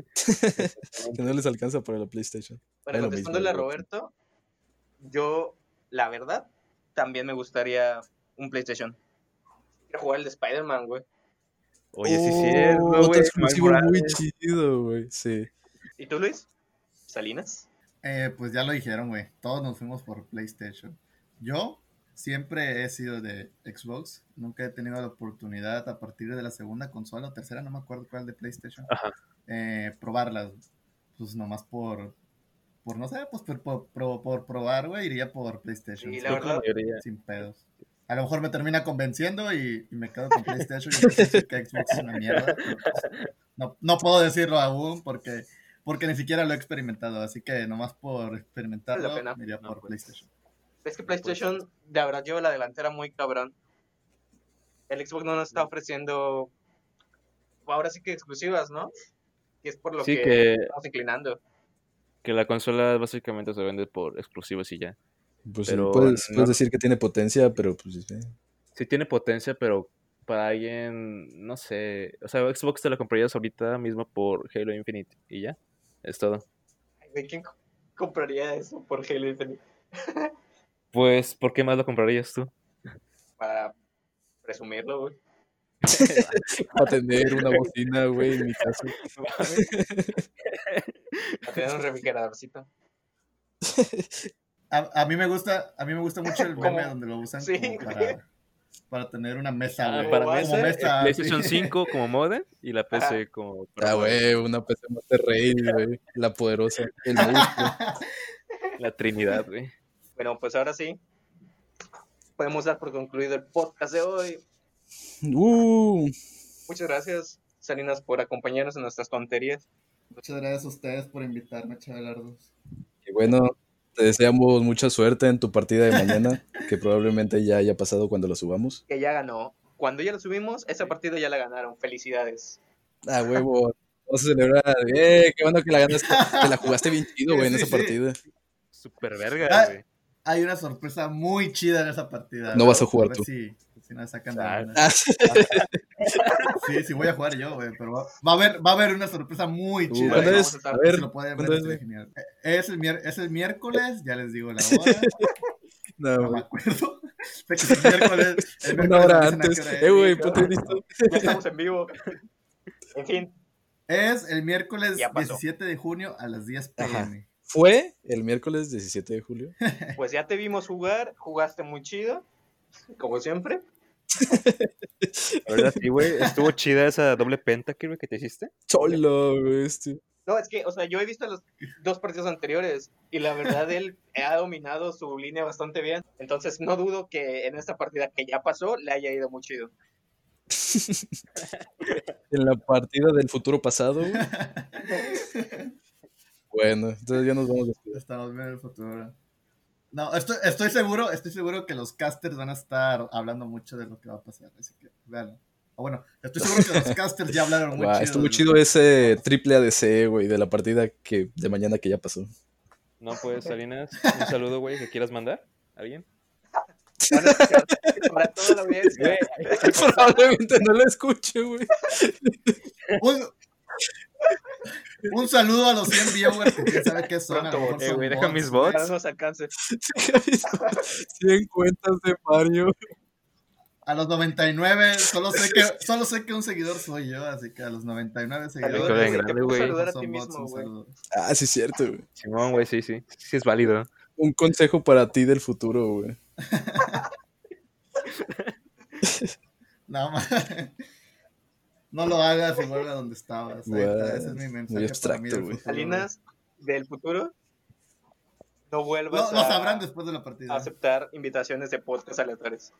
Que no les alcanza para la PlayStation. Bueno, Es lo mismo. contestándole a Roberto, yo, la verdad, también me gustaría un PlayStation. Quiero jugar el de Spider-Man, güey. Oye, sí es Oh, cierto, otro güey. Miles exclusivo muy Morales. chido, güey. Sí. ¿Y tú, Luis? ¿Salinas? Pues ya lo dijeron, güey. Todos nos fuimos por PlayStation. Yo siempre he sido de Xbox. Nunca he tenido la oportunidad a partir de la segunda consola o tercera, no me acuerdo cuál de PlayStation, Ajá. probarlas. Pues nomás por no sé, pues por probar, güey, iría por PlayStation. Y Sí, la Creo que la verdad, mayoría. sin pedos. A lo mejor me termina convenciendo y me quedo con PlayStation y empiezo a decir que Xbox es una mierda, pero pues no puedo decirlo aún porque ni siquiera lo he experimentado, así que nomás por vale la experimentarlo pena. me iría No, por pues. PlayStation. Es que PlayStation, de verdad, lleva la delantera muy cabrón. El Xbox no nos está ofreciendo, ahora sí que exclusivas, ¿no? Y es por lo Sí, que estamos inclinando. que la consola básicamente se vende por exclusivos y ya. Pues sí, Pero puedes no, decir que tiene potencia, pero pues sí tiene potencia, pero para alguien, no sé. O sea, Xbox te la comprarías ahorita mismo por Halo Infinite y ya. Es todo. Ay, güey, ¿quién compraría eso por Halo Infinite? Pues, ¿por qué más lo comprarías tú? Para presumirlo, güey. para tener una bocina, güey, en mi caso. Para tener un refrigeradorcito. A mí me gusta mucho el meme ¿Cómo? donde lo usan Sí, como güey. para tener una mesa, Ah, güey. para ¿Cómo va a mesa, Como ser? el mesa, PlayStation sí. 5 como modem y la PC Ajá. como Ah, para jugar. güey, una PC Master Race, güey. La poderosa, el monstruo. La Trinidad, güey. Bueno, pues ahora sí, podemos dar por concluido el podcast de hoy. Muchas gracias, Salinas, por acompañarnos en nuestras tonterías. Muchas gracias a ustedes por invitarme, chavales. Y bueno, te deseamos mucha suerte en tu partida de mañana, que probablemente ya haya pasado cuando lo subamos. Que ya ganó. Cuando ya lo subimos, esa partida ya la ganaron. Felicidades. Ah, huevo. Vamos a celebrar. Qué bueno que la ganaste. Te la jugaste bien chido, güey, en Sí, esa sí. partida. Super verga, Ah, güey. hay una sorpresa muy chida en esa partida. No vas a ver- jugar ver tú. si nos sacan de Ah. una. Ah, Sí, voy a jugar yo, güey, pero va a haber una sorpresa muy chida. ¿Cuándo vamos es? a estar- A Si ver, lo pueden ¿cuándo ver, es, estaría güey? genial. Es el miércoles, ya les digo la hora. No, No me güey. acuerdo. Sé que es el miércoles. El Una miércoles hora me dicen a antes. qué hora es. Güey, Sí, ponte listo. Ya estamos en vivo. En fin, Es el miércoles Ya pasó. 17 de junio a las 10 Ajá. p.m. Fue el miércoles 17 de julio. pues ya te vimos jugar. Jugaste muy chido, como siempre. La verdad, sí, güey. Estuvo chida esa doble pentakill, güey, que te hiciste. Solo, güey. Este. No, es que, o sea, yo he visto los dos partidos anteriores y la verdad él ha dominado su línea bastante bien. Entonces no dudo que en esta partida que ya pasó le haya ido muy chido. En la partida del futuro pasado, güey. Bueno, entonces ya nos vamos a despedir. Estamos viendo el futuro. No, estoy seguro que los casters van a estar hablando mucho de lo que va a pasar, así que véanlo. O bueno, estoy seguro que los casters ya hablaron muy Guau, chido. estuvo de lo chido que- ese triple ADC, güey, de la partida de mañana que ya pasó. No, pues, Salinas, un saludo, güey, que quieras mandar. ¿Alguien? Van a escuchar para toda la audiencia. Probablemente no lo escuche, güey. Un saludo a los 100 viewers que quién sabe qué son. A lo Pronto, mejor son güey, deja bots, mis güey. bots. Para no nos alcance. 100 cuentas de Mario. A los 99, solo sé que un seguidor soy yo, así que a los 99 seguidores. Saludos, bien Te grande, puedo güey. saludar a son ti bots, mismo, un güey. saludo. Ah, sí, es cierto, güey. Simón, güey, sí es válido. Un consejo para ti del futuro, güey. No, no lo hagas y vuelve a donde estabas. Ahí está, ese es mi Muy mensaje abstracto, para mí del güey. futuro. Salinas del futuro, no Lo vuelvas sabrán después de la partida. a aceptar invitaciones de podcast aleatorios.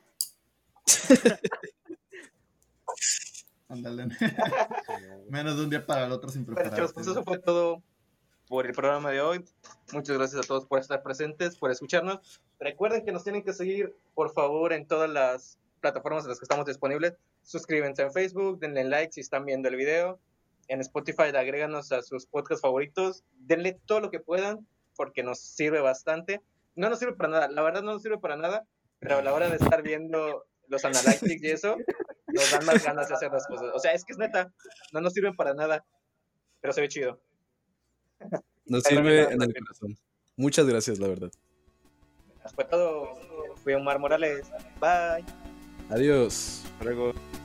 Ándale. Menos de un día para el otro sin Bueno, prepararte. chavos, pues eso fue todo por el programa de hoy. Muchas gracias a todos por estar presentes, por escucharnos. Recuerden que nos tienen que seguir, por favor, en todas las plataformas en las que estamos disponibles. Suscríbanse en Facebook, denle like si están viendo el video. En Spotify, agréganos a sus podcasts favoritos. Denle todo lo que puedan, porque nos sirve bastante. No nos sirve para nada, la verdad no nos sirve para nada, pero a la hora de estar viendo los analytics y eso, nos dan más ganas de hacer las cosas. O sea, es que es neta, no nos sirven para nada, pero se ve chido. Nos sirve en el corazón. Muchas gracias, la verdad. Fue todo. Fui Omar Morales. Bye. Adiós. Luego.